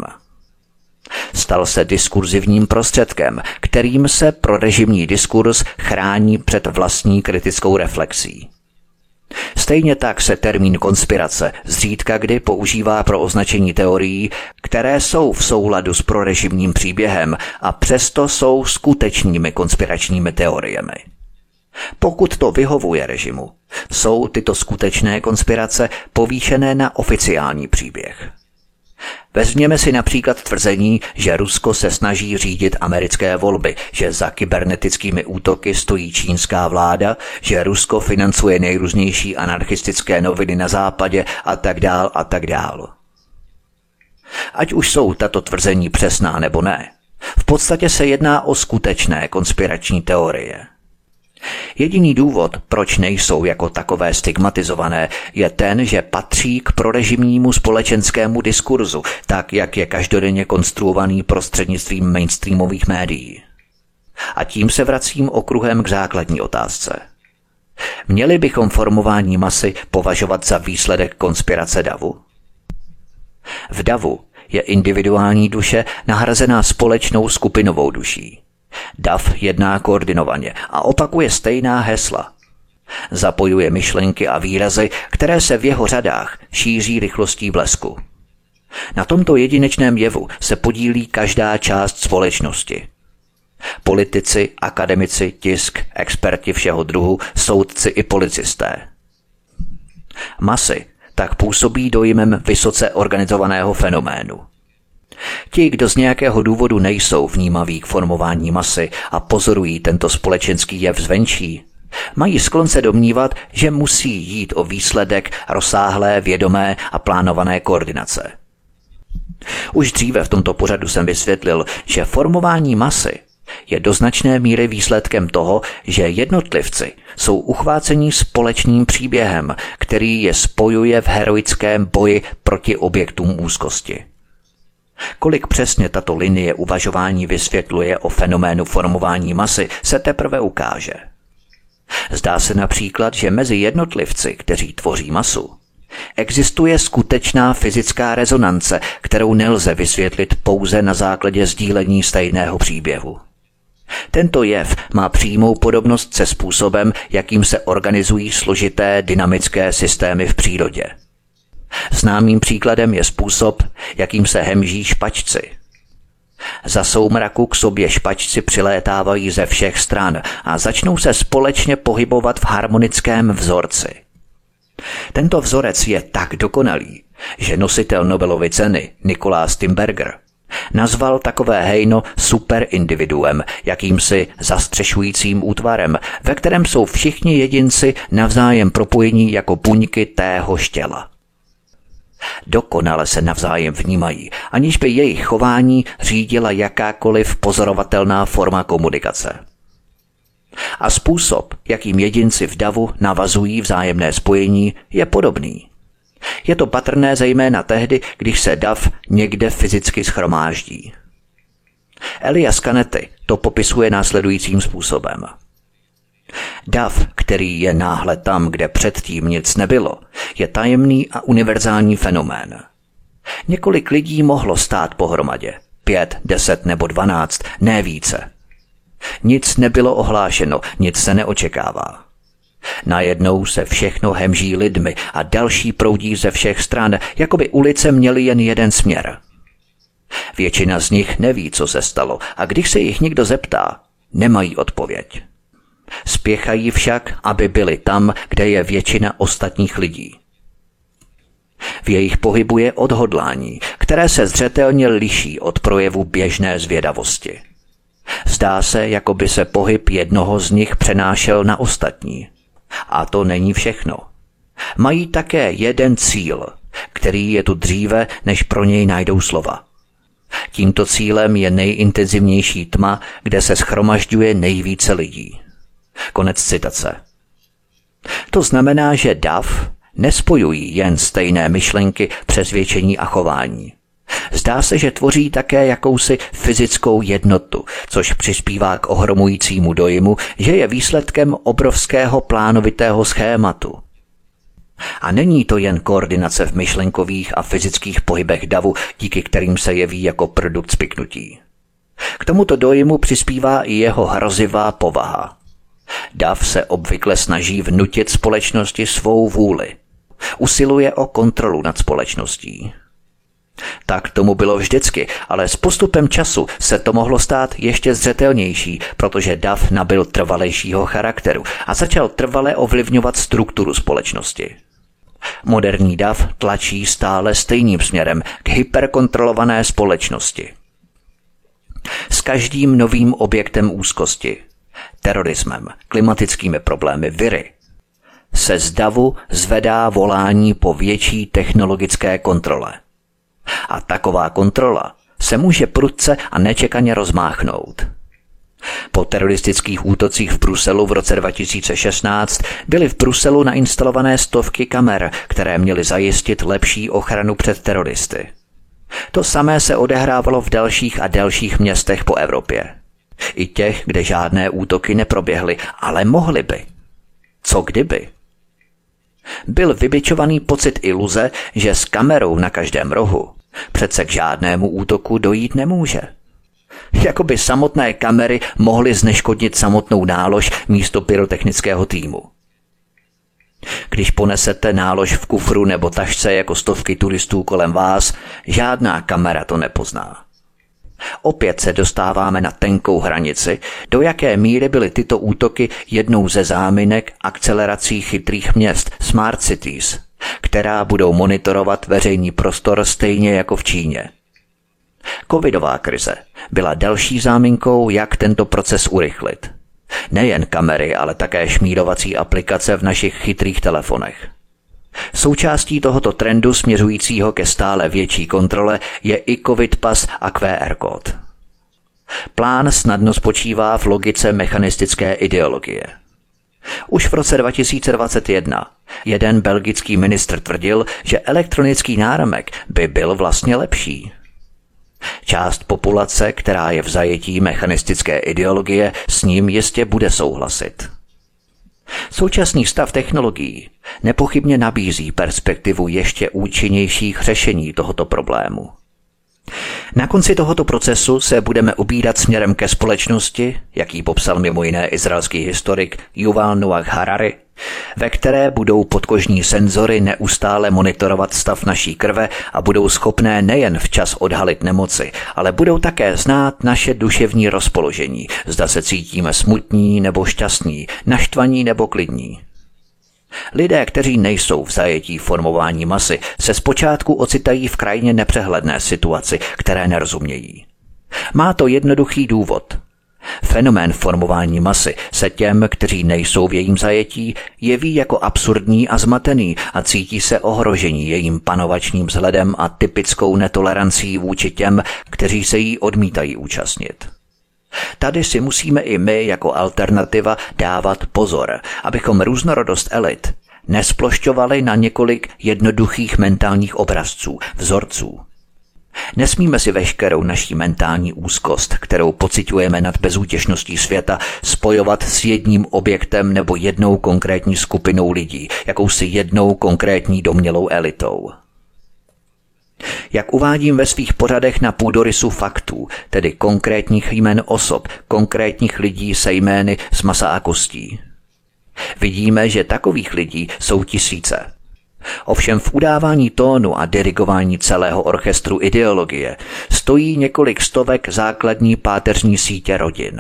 Stal se diskurzivním prostředkem, kterým se prorežimní diskurs chrání před vlastní kritickou reflexí. Stejně tak se termín konspirace zřídka kdy používá pro označení teorií, které jsou v souladu s prorežimním příběhem a přesto jsou skutečnými konspiračními teoriemi. Pokud to vyhovuje režimu, jsou tyto skutečné konspirace povýšené na oficiální příběh. Vezměme si například tvrzení, že Rusko se snaží řídit americké volby, že za kybernetickými útoky stojí čínská vláda, že Rusko financuje nejrůznější anarchistické noviny na západě a tak dál a tak dál. Ať už jsou tato tvrzení přesná nebo ne, v podstatě se jedná o skutečné konspirační teorie. Jediný důvod, proč nejsou jako takové stigmatizované, je ten, že patří k prorežimnímu společenskému diskurzu, tak jak je každodenně konstruovaný prostřednictvím mainstreamových médií. A tím se vracím okruhem k základní otázce. Měli bychom formování masy považovat za výsledek konspirace davu? V davu je individuální duše nahrazená společnou skupinovou duší. Dav jedná koordinovaně a opakuje stejná hesla. Zapojuje myšlenky a výrazy, které se v jeho řadách šíří rychlostí blesku. Na tomto jedinečném jevu se podílí každá část společnosti. Politici, akademici, tisk, experti všeho druhu, soudci i policisté. Masy tak působí dojmem vysoce organizovaného fenoménu. Ti, kdo z nějakého důvodu nejsou vnímaví k formování masy a pozorují tento společenský jev zvenčí, mají sklon se domnívat, že musí jít o výsledek rozsáhlé, vědomé a plánované koordinace. Už dříve v tomto pořadu jsem vysvětlil, že formování masy je do značné míry výsledkem toho, že jednotlivci jsou uchváceni společným příběhem, který je spojuje v heroickém boji proti objektům úzkosti. Kolik přesně tato linie uvažování vysvětluje o fenoménu formování masy, se teprve ukáže. Zdá se například, že mezi jednotlivci, kteří tvoří masu, existuje skutečná fyzická rezonance, kterou nelze vysvětlit pouze na základě sdílení stejného příběhu. Tento jev má přímou podobnost se způsobem, jakým se organizují složité dynamické systémy v přírodě. Známým příkladem je způsob, jakým se hemží špačci. Za soumraku k sobě špačci přilétávají ze všech stran a začnou se společně pohybovat v harmonickém vzorci. Tento vzorec je tak dokonalý, že nositel Nobelovy ceny Nicholas Timberger nazval takové hejno superindividuem, jakýmsi zastřešujícím útvarem, ve kterém jsou všichni jedinci navzájem propojení jako buňky téhož těla. Dokonale se navzájem vnímají, aniž by jejich chování řídila jakákoliv pozorovatelná forma komunikace. A způsob, jakým jedinci v davu navazují vzájemné spojení, je podobný. Je to patrné zejména tehdy, když se dav někde fyzicky shromáždí. Elias Canetti to popisuje následujícím způsobem. Dav, který je náhle tam, kde předtím nic nebylo, je tajemný a univerzální fenomén. Několik lidí mohlo stát pohromadě, pět, deset nebo dvanáct, ne více. Nic nebylo ohlášeno, nic se neočekává. Najednou se všechno hemží lidmi a další proudí ze všech stran, jako by ulice měly jen jeden směr. Většina z nich neví, co se stalo, a když se jich někdo zeptá, nemají odpověď. Spěchají však, aby byli tam, kde je většina ostatních lidí. V jejich pohybu je odhodlání, které se zřetelně liší od projevu běžné zvědavosti. Zdá se, jako by se pohyb jednoho z nich přenášel na ostatní. A to není všechno. Mají také jeden cíl, který je tu dříve, než pro něj najdou slova. Tímto cílem je nejintenzivnější tma, kde se shromažďuje nejvíce lidí. Konec citace. To znamená, že dav nespojují jen stejné myšlenky, přesvědčení a chování. Zdá se, že tvoří také jakousi fyzickou jednotu, což přispívá k ohromujícímu dojmu, že je výsledkem obrovského plánovitého schématu. A není to jen koordinace v myšlenkových a fyzických pohybech davu, díky kterým se jeví jako produkt spiknutí. K tomuto dojmu přispívá i jeho hrozivá povaha. Dav se obvykle snaží vnutit společnosti svou vůli. Usiluje o kontrolu nad společností. Tak tomu bylo vždycky, ale s postupem času se to mohlo stát ještě zřetelnější, protože dav nabyl trvalejšího charakteru a začal trvale ovlivňovat strukturu společnosti. Moderní dav tlačí stále stejným směrem k hyperkontrolované společnosti. S každým novým objektem úzkosti, terorismem, klimatickými problémy, viry, se z davu zvedá volání po větší technologické kontrole. A taková kontrola se může prudce a nečekaně rozmáchnout. Po teroristických útocích v Bruselu v roce dva tisíce šestnáct byly v Bruselu nainstalované stovky kamer, které měly zajistit lepší ochranu před teroristy. To samé se odehrávalo v dalších a dalších městech po Evropě. I těch, kde žádné útoky neproběhly, ale mohly by. Co kdyby? Byl vybičovaný pocit iluze, že s kamerou na každém rohu přece k žádnému útoku dojít nemůže. Jakoby samotné kamery mohly zneškodnit samotnou nálož místo pyrotechnického týmu. Když ponesete nálož v kufru nebo tašce jako stovky turistů kolem vás, žádná kamera to nepozná. Opět se dostáváme na tenkou hranici, do jaké míry byly tyto útoky jednou ze záminek akcelerací chytrých měst, smart cities, která budou monitorovat veřejný prostor stejně jako v Číně. Covidová krize byla další záminkou, jak tento proces urychlit. Nejen kamery, ale také šmírovací aplikace v našich chytrých telefonech. Součástí tohoto trendu směřujícího ke stále větší kontrole je i COVID pas a Q R kód. Plán snadno spočívá v logice mechanistické ideologie. Už v roce dva tisíce dvacet jedna jeden belgický ministr tvrdil, že elektronický náramek by byl vlastně lepší. Část populace, která je v zajetí mechanistické ideologie, s ním jistě bude souhlasit. Současný stav technologií nepochybně nabízí perspektivu ještě účinnějších řešení tohoto problému. Na konci tohoto procesu se budeme ubírat směrem ke společnosti, jak ji popsal mimo jiné izraelský historik Yuval Noah Harari, ve které budou podkožní senzory neustále monitorovat stav naší krve a budou schopné nejen včas odhalit nemoci, ale budou také znát naše duševní rozpoložení, zda se cítíme smutní nebo šťastní, naštvaní nebo klidní. Lidé, kteří nejsou v zajetí formování masy, se zpočátku ocitají v krajně nepřehledné situaci, které nerozumějí. Má to jednoduchý důvod. Fenomén formování masy se těm, kteří nejsou v jejím zajetí, jeví jako absurdní a zmatený a cítí se ohrožení jejím panovačním vzhledem a typickou netolerancí vůči těm, kteří se jí odmítají účastnit. Tady si musíme i my jako alternativa dávat pozor, abychom různorodost elit nesplošťovali na několik jednoduchých mentálních obrazců, vzorců. Nesmíme si veškerou naší mentální úzkost, kterou pociťujeme nad bezútěšností světa, spojovat s jedním objektem nebo jednou konkrétní skupinou lidí, jakousi jednou konkrétní domnělou elitou. Jak uvádím ve svých pořadech na půdorysu faktů, tedy konkrétních jmen osob, konkrétních lidí se jmény z masa a kostí. Vidíme, že takových lidí jsou tisíce. Ovšem v udávání tónu a dirigování celého orchestru ideologie stojí několik stovek základní páteřní sítě rodin.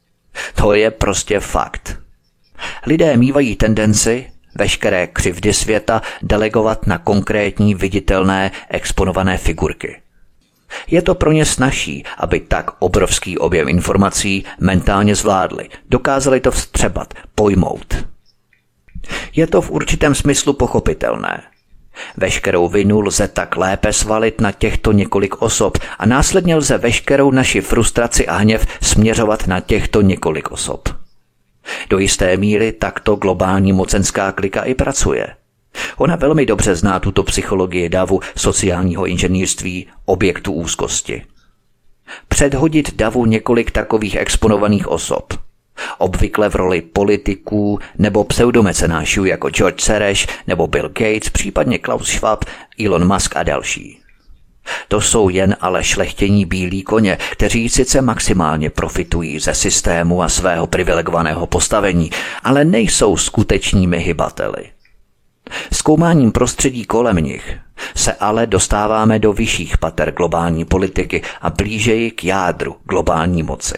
To je prostě fakt. Lidé mívají tendenci veškeré křivdy světa delegovat na konkrétní viditelné exponované figurky. Je to pro ně snazší, aby tak obrovský objem informací mentálně zvládli, dokázali to vstřebat, pojmout. Je to v určitém smyslu pochopitelné. Veškerou vinu lze tak lépe svalit na těchto několik osob a následně lze veškerou naši frustraci a hněv směřovat na těchto několik osob. Do jisté míry takto globální mocenská klika i pracuje. Ona velmi dobře zná tuto psychologii davu sociálního inženýrství objektu úzkosti. Předhodit davu několik takových exponovaných osob, obvykle v roli politiků nebo pseudomecenášů jako George Soros nebo Bill Gates, případně Klaus Schwab, Elon Musk a další. To jsou jen ale šlechtění bílí koně, kteří sice maximálně profitují ze systému a svého privilegovaného postavení, ale nejsou skutečnými hybateli. Zkoumáním prostředí kolem nich se ale dostáváme do vyšších pater globální politiky a blížeji k jádru globální moci.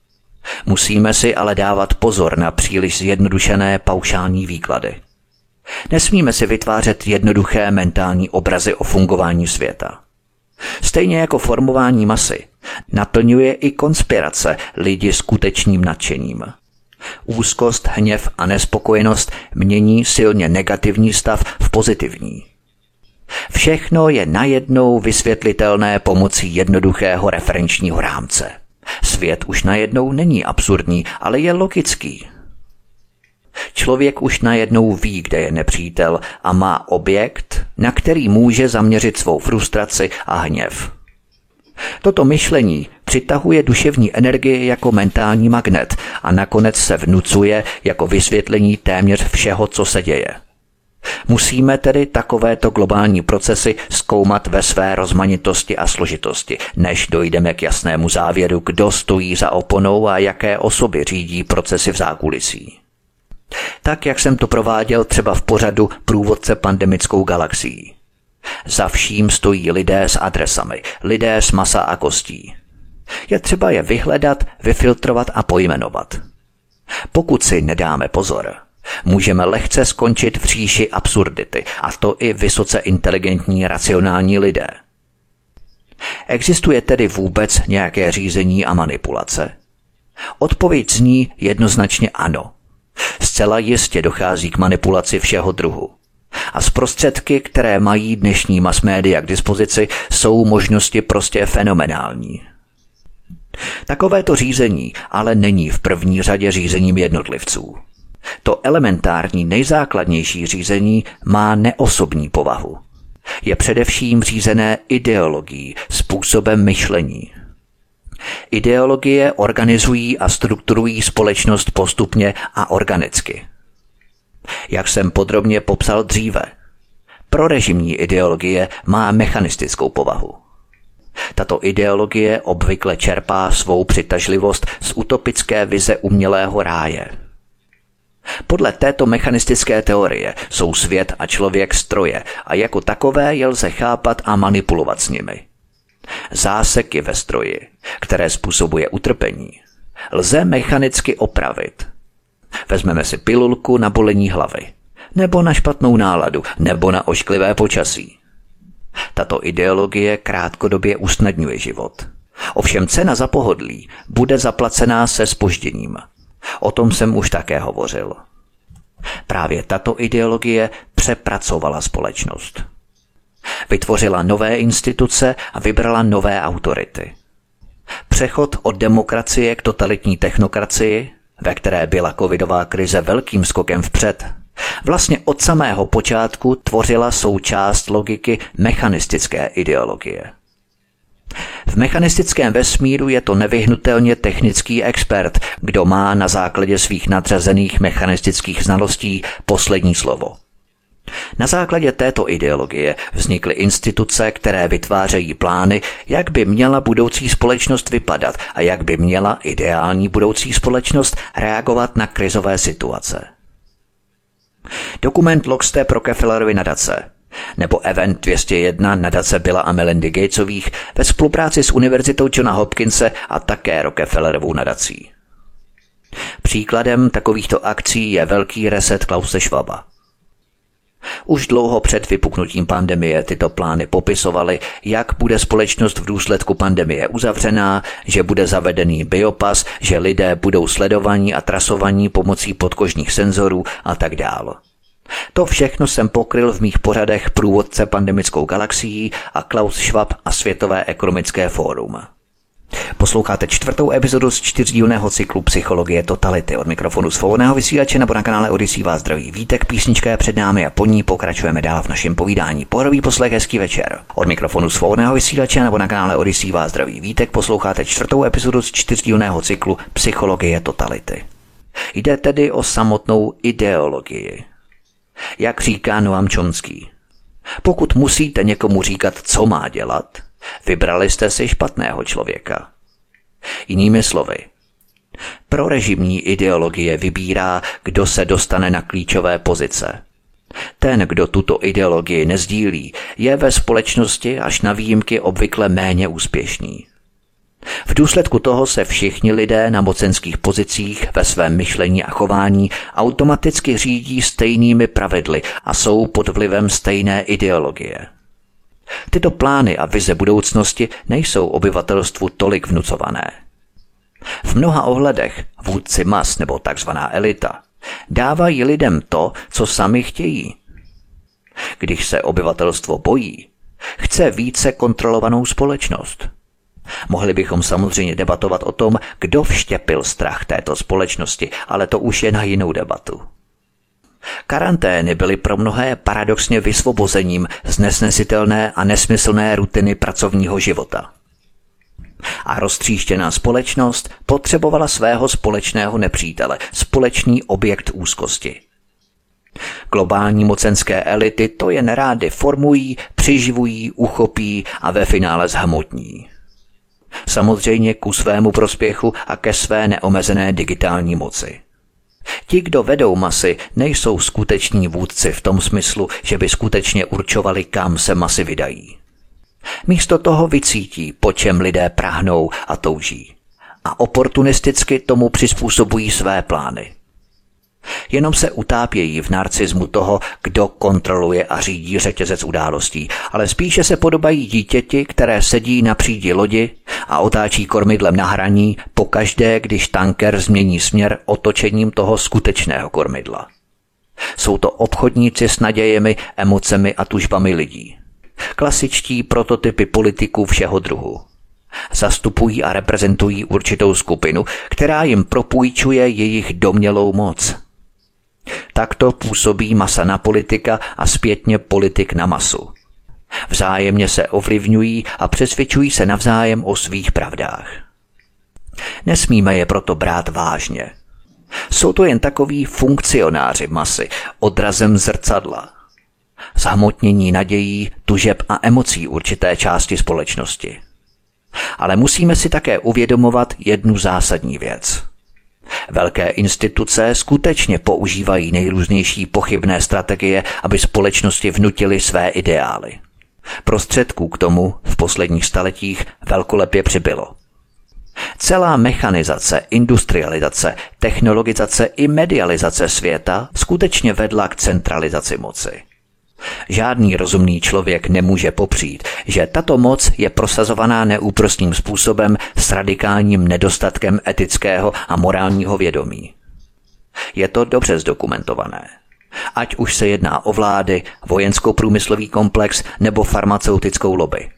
Musíme si ale dávat pozor na příliš zjednodušené paušální výklady. Nesmíme si vytvářet jednoduché mentální obrazy o fungování světa. Stejně jako formování masy naplňuje i konspirace lidi skutečným nadšením. Úzkost, hněv a nespokojenost mění silně negativní stav v pozitivní. Všechno je najednou vysvětlitelné pomocí jednoduchého referenčního rámce. Svět už najednou není absurdní, ale je logický. Člověk už najednou ví, kde je nepřítel a má objekt, na který může zaměřit svou frustraci a hněv. Toto myšlení přitahuje duševní energii jako mentální magnet a nakonec se vnucuje jako vysvětlení téměř všeho, co se děje. Musíme tedy takovéto globální procesy zkoumat ve své rozmanitosti a složitosti, než dojdeme k jasnému závěru, kdo stojí za oponou a jaké osoby řídí procesy v zákulisí. Tak, jak jsem to prováděl třeba v pořadu Průvodce pandemickou galaxií. Za vším stojí lidé s adresami, lidé s masa a kostí. Je třeba je vyhledat, vyfiltrovat a pojmenovat. Pokud si nedáme pozor, můžeme lehce skončit v říši absurdity, a to i vysoce inteligentní racionální lidé. Existuje tedy vůbec nějaké řízení a manipulace? Odpověď zní jednoznačně ano. Zcela jistě dochází k manipulaci všeho druhu. A z prostředky, které mají dnešní mass média k dispozici, jsou možnosti prostě fenomenální. Takovéto řízení ale není v první řadě řízením jednotlivců. To elementární nejzákladnější řízení má neosobní povahu. Je především řízené ideologií, způsobem myšlení. Ideologie organizují a strukturují společnost postupně a organicky. Jak jsem podrobně popsal dříve, prorežimní ideologie má mechanistickou povahu. Tato ideologie obvykle čerpá svou přitažlivost z utopické vize umělého ráje. Podle této mechanistické teorie jsou svět a člověk stroje a jako takové je lze chápat a manipulovat s nimi. Záseky ve stroji, které způsobuje utrpení, lze mechanicky opravit. Vezmeme si pilulku na bolení hlavy, nebo na špatnou náladu, nebo na ošklivé počasí. Tato ideologie krátkodobě usnadňuje život. Ovšem cena za pohodlí bude zaplacená se zpožděním. O tom jsem už také hovořil. Právě tato ideologie přepracovala společnost. Vytvořila nové instituce a vybrala nové autority. Přechod od demokracie k totalitní technokracii, ve které byla covidová krize velkým skokem vpřed, vlastně od samého počátku tvořila součást logiky mechanistické ideologie. V mechanistickém vesmíru je to nevyhnutelně technický expert, kdo má na základě svých nadřazených mechanistických znalostí poslední slovo. Na základě této ideologie vznikly instituce, které vytvářejí plány, jak by měla budoucí společnost vypadat a jak by měla ideální budoucí společnost reagovat na krizové situace. Dokument Lockstep Rockefellerovy nadace nebo Event dvě stě jedna nadace Billa a Melindy Gatesových ve spolupráci s Univerzitou Johna Hopkinse a také Rockefellerovou nadací. Příkladem takovýchto akcí je velký reset Klause Schwaba. Už dlouho před vypuknutím pandemie tyto plány popisovaly, jak bude společnost v důsledku pandemie uzavřená, že bude zavedený biopas, že lidé budou sledovaní a trasovaní pomocí podkožních senzorů a tak dále. To všechno jsem pokryl v mých pořadech Průvodce pandemickou galaxií a Klaus Schwab a Světové ekonomické fórum. Posloucháte čtvrtou epizodu z čtyřdílného cyklu Psychologie totality. Od mikrofonu svobodného vysílače nebo na kanále Odyssey vás zdraví Vítek, písnička je před námi a po ní pokračujeme dál v našem povídání. Pohodový poslech, hezký večer. Od mikrofonu svobodného vysílače nebo na kanále Odyssey vás zdraví Vítek, posloucháte čtvrtou epizodu z čtyřdílného cyklu Psychologie totality. Jde tedy o samotnou ideologii. Jak říká Noam Chomsky, pokud musíte někomu říkat, co má dělat, vybrali jste si špatného člověka. Jinými slovy, prorežimní ideologie vybírá, kdo se dostane na klíčové pozice. Ten, kdo tuto ideologii nezdílí, je ve společnosti až na výjimky obvykle méně úspěšný. V důsledku toho se všichni lidé na mocenských pozicích ve svém myšlení a chování automaticky řídí stejnými pravidly a jsou pod vlivem stejné ideologie. Tyto plány a vize budoucnosti nejsou obyvatelstvu tolik vnucované. V mnoha ohledech vůdci mas nebo takzvaná elita dávají lidem to, co sami chtějí. Když se obyvatelstvo bojí, chce více kontrolovanou společnost. Mohli bychom samozřejmě debatovat o tom, kdo vštěpil strach této společnosti, ale to už je na jinou debatu. Karantény byly pro mnohé paradoxně vysvobozením z nesnesitelné a nesmyslné rutiny pracovního života. A roztříštěná společnost potřebovala svého společného nepřítele, společný objekt úzkosti. Globální mocenské elity to je nerády formují, přiživují, uchopí a ve finále zhmotní. Samozřejmě ku svému prospěchu a ke své neomezené digitální moci. Ti, kdo vedou masy, nejsou skuteční vůdci v tom smyslu, že by skutečně určovali, kam se masy vydají. Místo toho vycítí, po čem lidé prahnou a touží. A oportunisticky tomu přizpůsobují své plány. Jenom se utápějí v narcismu toho, kdo kontroluje a řídí řetězec událostí, ale spíše se podobají dítěti, které sedí na přídi lodi a otáčí kormidlem na hraní pokaždé, když tanker změní směr otočením toho skutečného kormidla. Jsou to obchodníci s nadějemi, emocemi a tužbami lidí. Klasičtí prototypy politiků všeho druhu. Zastupují a reprezentují určitou skupinu, která jim propůjčuje jejich domnělou moc. Takto působí masa na politika a zpětně politik na masu. Vzájemně se ovlivňují a přesvědčují se navzájem o svých pravdách. Nesmíme je proto brát vážně. Jsou to jen takoví funkcionáři masy, odrazem zrcadla. Zhmotnění nadějí, tužeb a emocí určité části společnosti. Ale musíme si také uvědomovat jednu zásadní věc. Velké instituce skutečně používají nejrůznější pochybné strategie, aby společnosti vnutily své ideály. Prostředků k tomu v posledních staletích velkolepě přibylo. Celá mechanizace, industrializace, technologizace i medializace světa skutečně vedla k centralizaci moci. Žádný rozumný člověk nemůže popřít, že tato moc je prosazovaná neúprosným způsobem s radikálním nedostatkem etického a morálního vědomí. Je to dobře zdokumentované. Ať už se jedná o vlády, vojensko-průmyslový komplex nebo farmaceutickou lobby.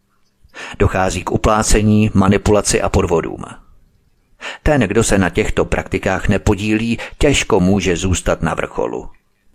Dochází k uplácení, manipulaci a podvodům. Ten, kdo se na těchto praktikách nepodílí, těžko může zůstat na vrcholu.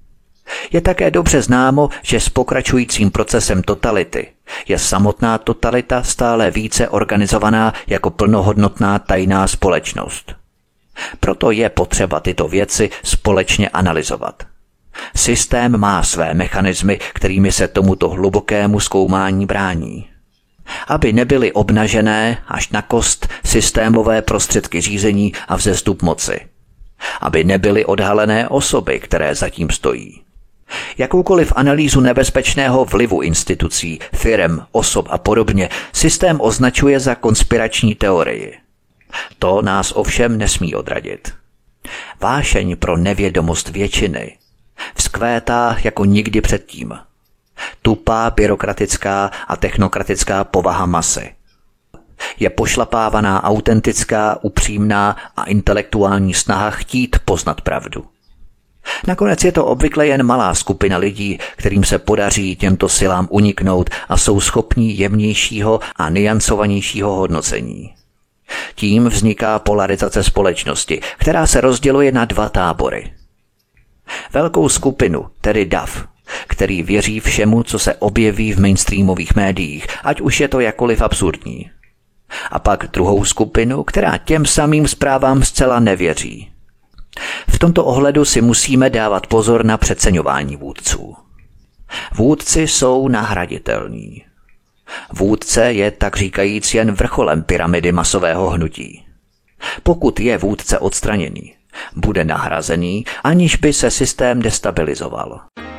Je také dobře známo, že s pokračujícím procesem totality je samotná totalita stále více organizovaná jako plnohodnotná tajná společnost. Proto je potřeba tyto věci společně analyzovat. Systém má své mechanismy, kterými se tomuto hlubokému zkoumání brání. Aby nebyly obnažené až na kost systémové prostředky řízení a vzestup moci. Aby nebyly odhalené osoby, které zatím stojí. Jakoukoliv analýzu nebezpečného vlivu institucí, firem, osob a podobně systém označuje za konspirační teorii. To nás ovšem nesmí odradit. Vášeň pro nevědomost většiny vzkvétá jako nikdy předtím. Tupá byrokratická a technokratická povaha masy. Je pošlapávaná autentická, upřímná a intelektuální snaha chtít poznat pravdu. Nakonec je to obvykle jen malá skupina lidí, kterým se podaří těmto silám uniknout a jsou schopní jemnějšího a niancovanějšího hodnocení. Tím vzniká polarizace společnosti, která se rozděluje na dva tábory. Velkou skupinu, tedy dav, který věří všemu, co se objeví v mainstreamových médiích, ať už je to jakkoliv absurdní. A pak druhou skupinu, která těm samým zprávám zcela nevěří. V tomto ohledu si musíme dávat pozor na přeceňování vůdců. Vůdci jsou nahraditelní. Vůdce je tak říkajíc jen vrcholem pyramidy masového hnutí. Pokud je vůdce odstraněný, bude nahrazený, aniž by se systém destabilizoval.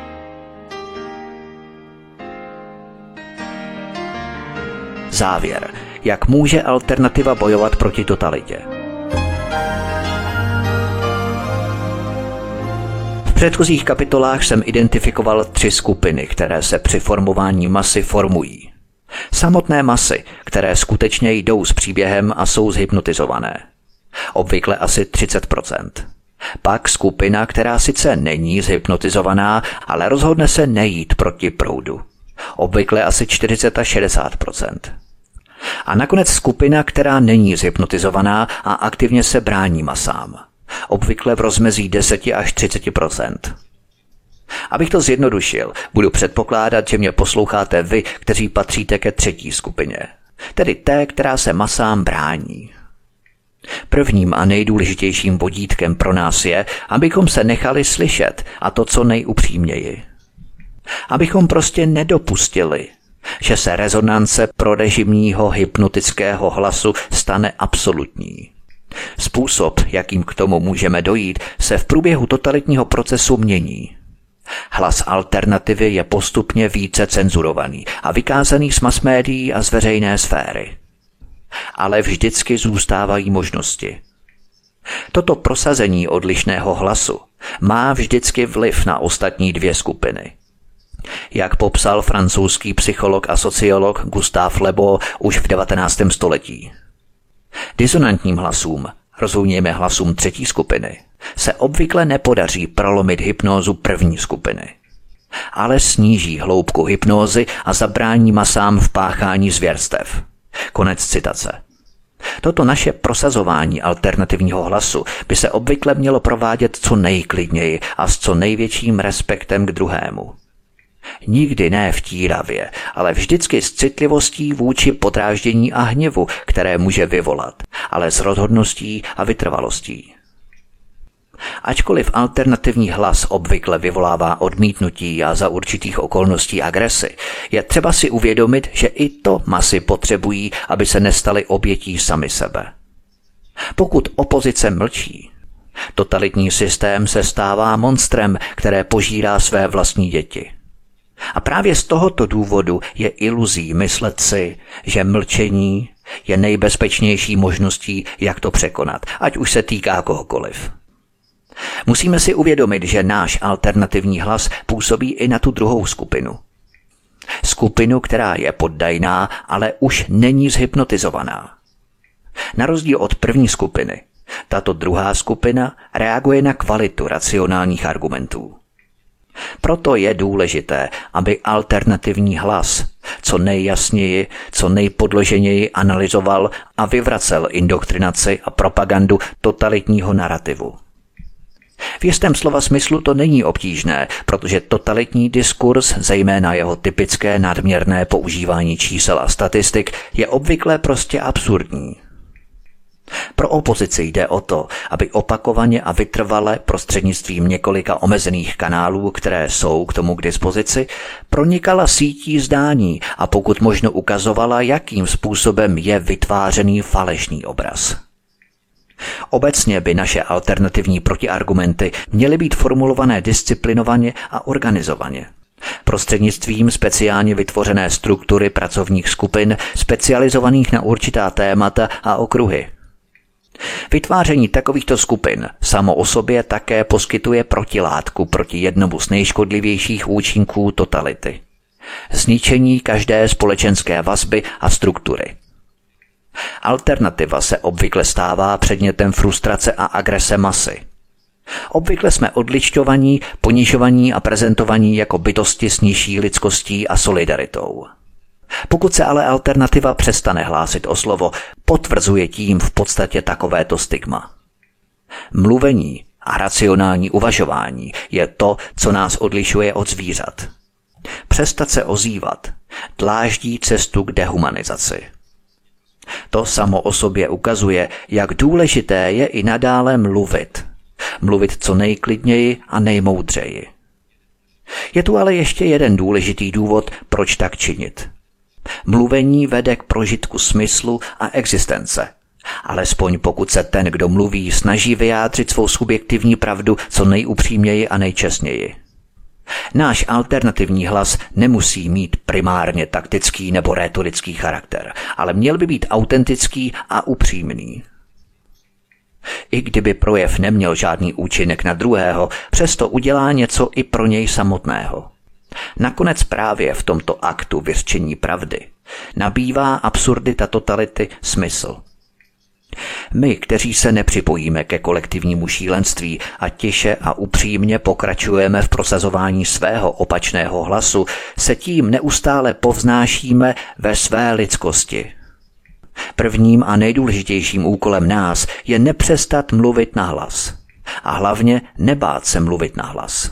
Závěr. Jak může alternativa bojovat proti totalitě? V předchozích kapitolách jsem identifikoval tři skupiny, které se při formování masy formují. Samotné masy, které skutečně jdou s příběhem a jsou zhypnotizované. Obvykle asi třicet procent. Pak skupina, která sice není zhypnotizovaná, ale rozhodne se nejít proti proudu. Obvykle asi čtyřicet až šedesát procent. A nakonec skupina, která není zhypnotizovaná a aktivně se brání masám. Obvykle v rozmezí deset až třicet procent. Abych to zjednodušil, budu předpokládat, že mě posloucháte vy, kteří patříte ke třetí skupině. Tedy té, která se masám brání. Prvním a nejdůležitějším vodítkem pro nás je, abychom se nechali slyšet, a to co nejupřímněji. Abychom prostě nedopustili, že se rezonance prorežimního hypnotického hlasu stane absolutní. Způsob, jakým k tomu můžeme dojít, se v průběhu totalitního procesu mění. Hlas alternativy je postupně více cenzurovaný a vykázaný z masmédií a z veřejné sféry. Ale vždycky zůstávají možnosti. Toto prosazení odlišného hlasu má vždycky vliv na ostatní dvě skupiny. Jak popsal francouzský psycholog a sociolog Gustave Le Bon už v devatenáctém století. Disonantním hlasům, rozumějme hlasům třetí skupiny, se obvykle nepodaří prolomit hypnózu první skupiny, ale sníží hloubku hypnózy a zabrání masám v páchání zvěrstev. Konec citace. Toto naše prosazování alternativního hlasu by se obvykle mělo provádět co nejklidněji a s co největším respektem k druhému. Nikdy ne vtíravě, ale vždycky s citlivostí vůči podráždění a hněvu, které může vyvolat, ale s rozhodností a vytrvalostí. Ačkoliv alternativní hlas obvykle vyvolává odmítnutí a za určitých okolností agresi, je třeba si uvědomit, že i to masy potřebují, aby se nestaly obětí sami sebe. Pokud opozice mlčí, totalitní systém se stává monstrem, které požírá své vlastní děti. A právě z tohoto důvodu je iluzí myslet si, že mlčení je nejbezpečnější možností, jak to překonat, ať už se týká kohokoliv. Musíme si uvědomit, že náš alternativní hlas působí i na tu druhou skupinu. Skupinu, která je poddajná, ale už není zhypnotizovaná. Na rozdíl od první skupiny, tato druhá skupina reaguje na kvalitu racionálních argumentů. Proto je důležité, aby alternativní hlas co nejjasněji, co nejpodloženěji analyzoval a vyvracel indoktrinaci a propagandu totalitního narrativu. V jistém slova smyslu to není obtížné, protože totalitní diskurs, zejména jeho typické nadměrné používání čísel a statistik, je obvykle prostě absurdní. Pro opozici jde o to, aby opakovaně a vytrvale prostřednictvím několika omezených kanálů, které jsou k tomu k dispozici, pronikala sítí zdání a pokud možno ukazovala, jakým způsobem je vytvářený falešný obraz. Obecně by naše alternativní protiargumenty měly být formulované disciplinovaně a organizovaně. Prostřednictvím speciálně vytvořené struktury pracovních skupin specializovaných na určitá témata a okruhy. Vytváření takovýchto skupin samo o sobě také poskytuje protilátku proti jednomu z nejškodlivějších účinků totality. Zničení každé společenské vazby a struktury. Alternativa se obvykle stává předmětem frustrace a agrese masy. Obvykle jsme odlišťovaní, ponižovaní a prezentovaní jako bytosti s nižší lidskostí a solidaritou. Pokud se ale alternativa přestane hlásit o slovo, potvrzuje tím v podstatě takovéto stigma. Mluvení a racionální uvažování je to, co nás odlišuje od zvířat. Přestat se ozývat dláždí cestu k dehumanizaci. To samo o sobě ukazuje, jak důležité je i nadále mluvit. Mluvit co nejklidněji a nejmoudřeji. Je tu ale ještě jeden důležitý důvod, proč tak činit. Mluvení vede k prožitku smyslu a existence. Alespoň pokud se ten, kdo mluví, snaží vyjádřit svou subjektivní pravdu co nejupřímněji a nejčestněji. Náš alternativní hlas nemusí mít primárně taktický nebo rétorický charakter, ale měl by být autentický a upřímný. I kdyby projev neměl žádný účinek na druhého, přesto udělá něco i pro něj samotného. Nakonec právě v tomto aktu vyřčení pravdy nabývá absurdita totality smysl. My, kteří se nepřipojíme ke kolektivnímu šílenství a tiše a upřímně pokračujeme v prosazování svého opačného hlasu, se tím neustále povznášíme ve své lidskosti. Prvním a nejdůležitějším úkolem nás je nepřestat mluvit nahlas a hlavně nebát se mluvit nahlas.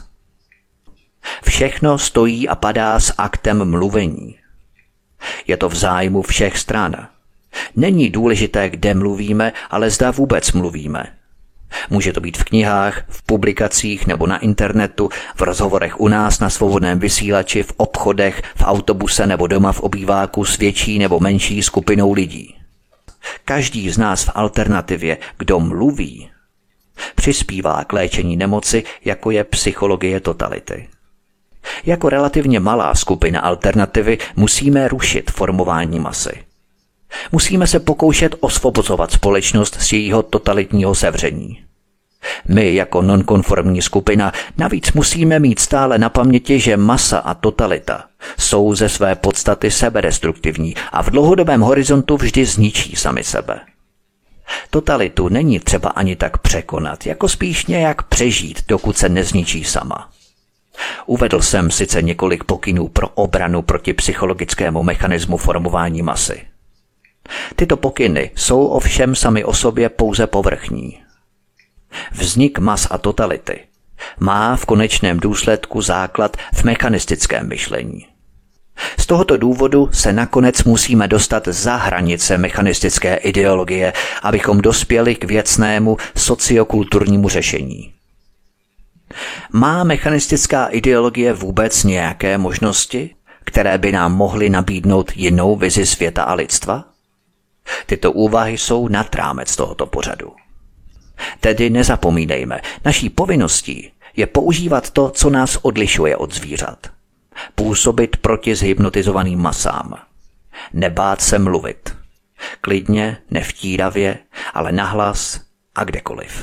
Všechno stojí a padá s aktem mluvení. Je to v zájmu všech stran. Není důležité, kde mluvíme, ale zda vůbec mluvíme. Může to být v knihách, v publikacích nebo na internetu, v rozhovorech u nás na svobodném vysílači, v obchodech, v autobuse nebo doma v obýváku s větší nebo menší skupinou lidí. každý z nás v alternativě, kdo mluví, přispívá k léčení nemoci, jako je psychologie totality. Jako relativně malá skupina alternativy musíme rušit formování masy. Musíme se pokoušet osvobozovat společnost z jejího totalitního sevření. My jako nonkonformní skupina navíc musíme mít stále na paměti, že masa a totalita jsou ze své podstaty sebedestruktivní a v dlouhodobém horizontu vždy zničí sami sebe. Totalitu není třeba ani tak překonat, jako spíš nějak přežít, dokud se nezničí sama. Uvedl jsem sice několik pokynů pro obranu proti psychologickému mechanismu formování masy. Tyto pokyny jsou ovšem sami o sobě pouze povrchní. Vznik mas a totality má v konečném důsledku základ v mechanistickém myšlení. Z tohoto důvodu se nakonec musíme dostat za hranice mechanistické ideologie, abychom dospěli k věcnému sociokulturnímu řešení. Má mechanistická ideologie vůbec nějaké možnosti, které by nám mohly nabídnout jinou vizi světa a lidstva? Tyto úvahy jsou nad rámec tohoto pořadu. Tedy nezapomínejme, naší povinností je používat to, co nás odlišuje od zvířat. Působit proti zhypnotizovaným masám. Nebát se mluvit. Klidně, nevtíravě, ale nahlas a kdekoliv.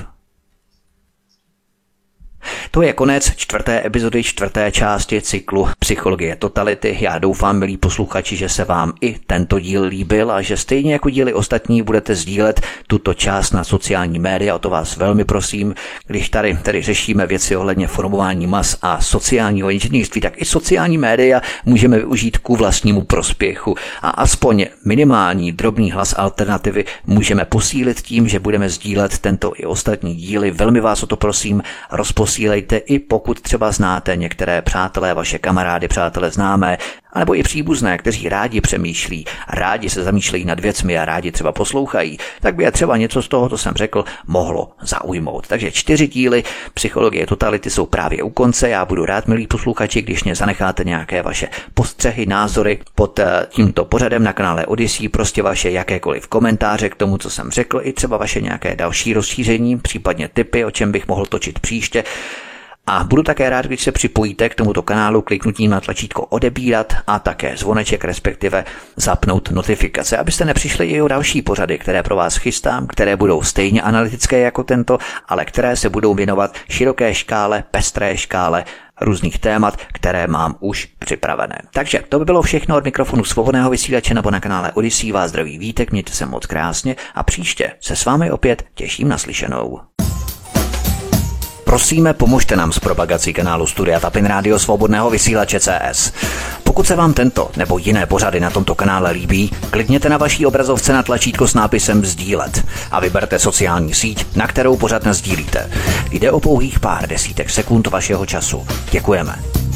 To je konec čtvrté epizody čtvrté části cyklu Psychologie totality. Já doufám, milí posluchači, že se vám i tento díl líbil a že stejně jako díly ostatní budete sdílet tuto část na sociální média. O to vás velmi prosím. Když tady, tady řešíme věci ohledně formování mas a sociálního inženýrství, tak i sociální média můžeme využít ku vlastnímu prospěchu a aspoň minimální drobný hlas alternativy můžeme posílit tím, že budeme sdílet tento i ostatní díly. Velmi vás o to prosím, rozposílejte, i pokud třeba znáte některé přátelé, vaše kamarády, přátelé známé, anebo i příbuzné, kteří rádi přemýšlí, rádi se zamýšlejí nad věcmi a rádi třeba poslouchají, tak by je třeba něco z toho, co jsem řekl, mohlo zaujmout. Takže čtyři díly Psychologie totality jsou právě u konce. Já budu rád, milí posluchači, když mě zanecháte nějaké vaše postřehy, názory pod tímto pořadem na kanále Odyssey, prostě vaše jakékoliv komentáře k tomu, co jsem řekl, i třeba vaše nějaké další rozšíření, případně tipy, o čem bych mohl točit příště. A budu také rád, když se připojíte k tomuto kanálu kliknutím na tlačítko odebírat a také zvoneček, respektive zapnout notifikace, abyste nepřišli i o další pořady, které pro vás chystám, které budou stejně analytické jako tento, ale které se budou věnovat široké škále, pestré škále různých témat, které mám už připravené. Takže to by bylo všechno od mikrofonu Svobodného vysílače nebo na kanále Odyssey. Vás zdraví Vítek, mějte se moc krásně a příště se s vámi opět těším na slyšenou. Prosíme, pomožte nám s propagací kanálu Studia Tapin Rádio Svobodného vysílače C S. Pokud se vám tento nebo jiné pořady na tomto kanále líbí, klikněte na vaší obrazovce na tlačítko s nápisem sdílet a vyberte sociální síť, na kterou pořad nasdílíte. Jde o pouhých pár desítek sekund vašeho času. Děkujeme.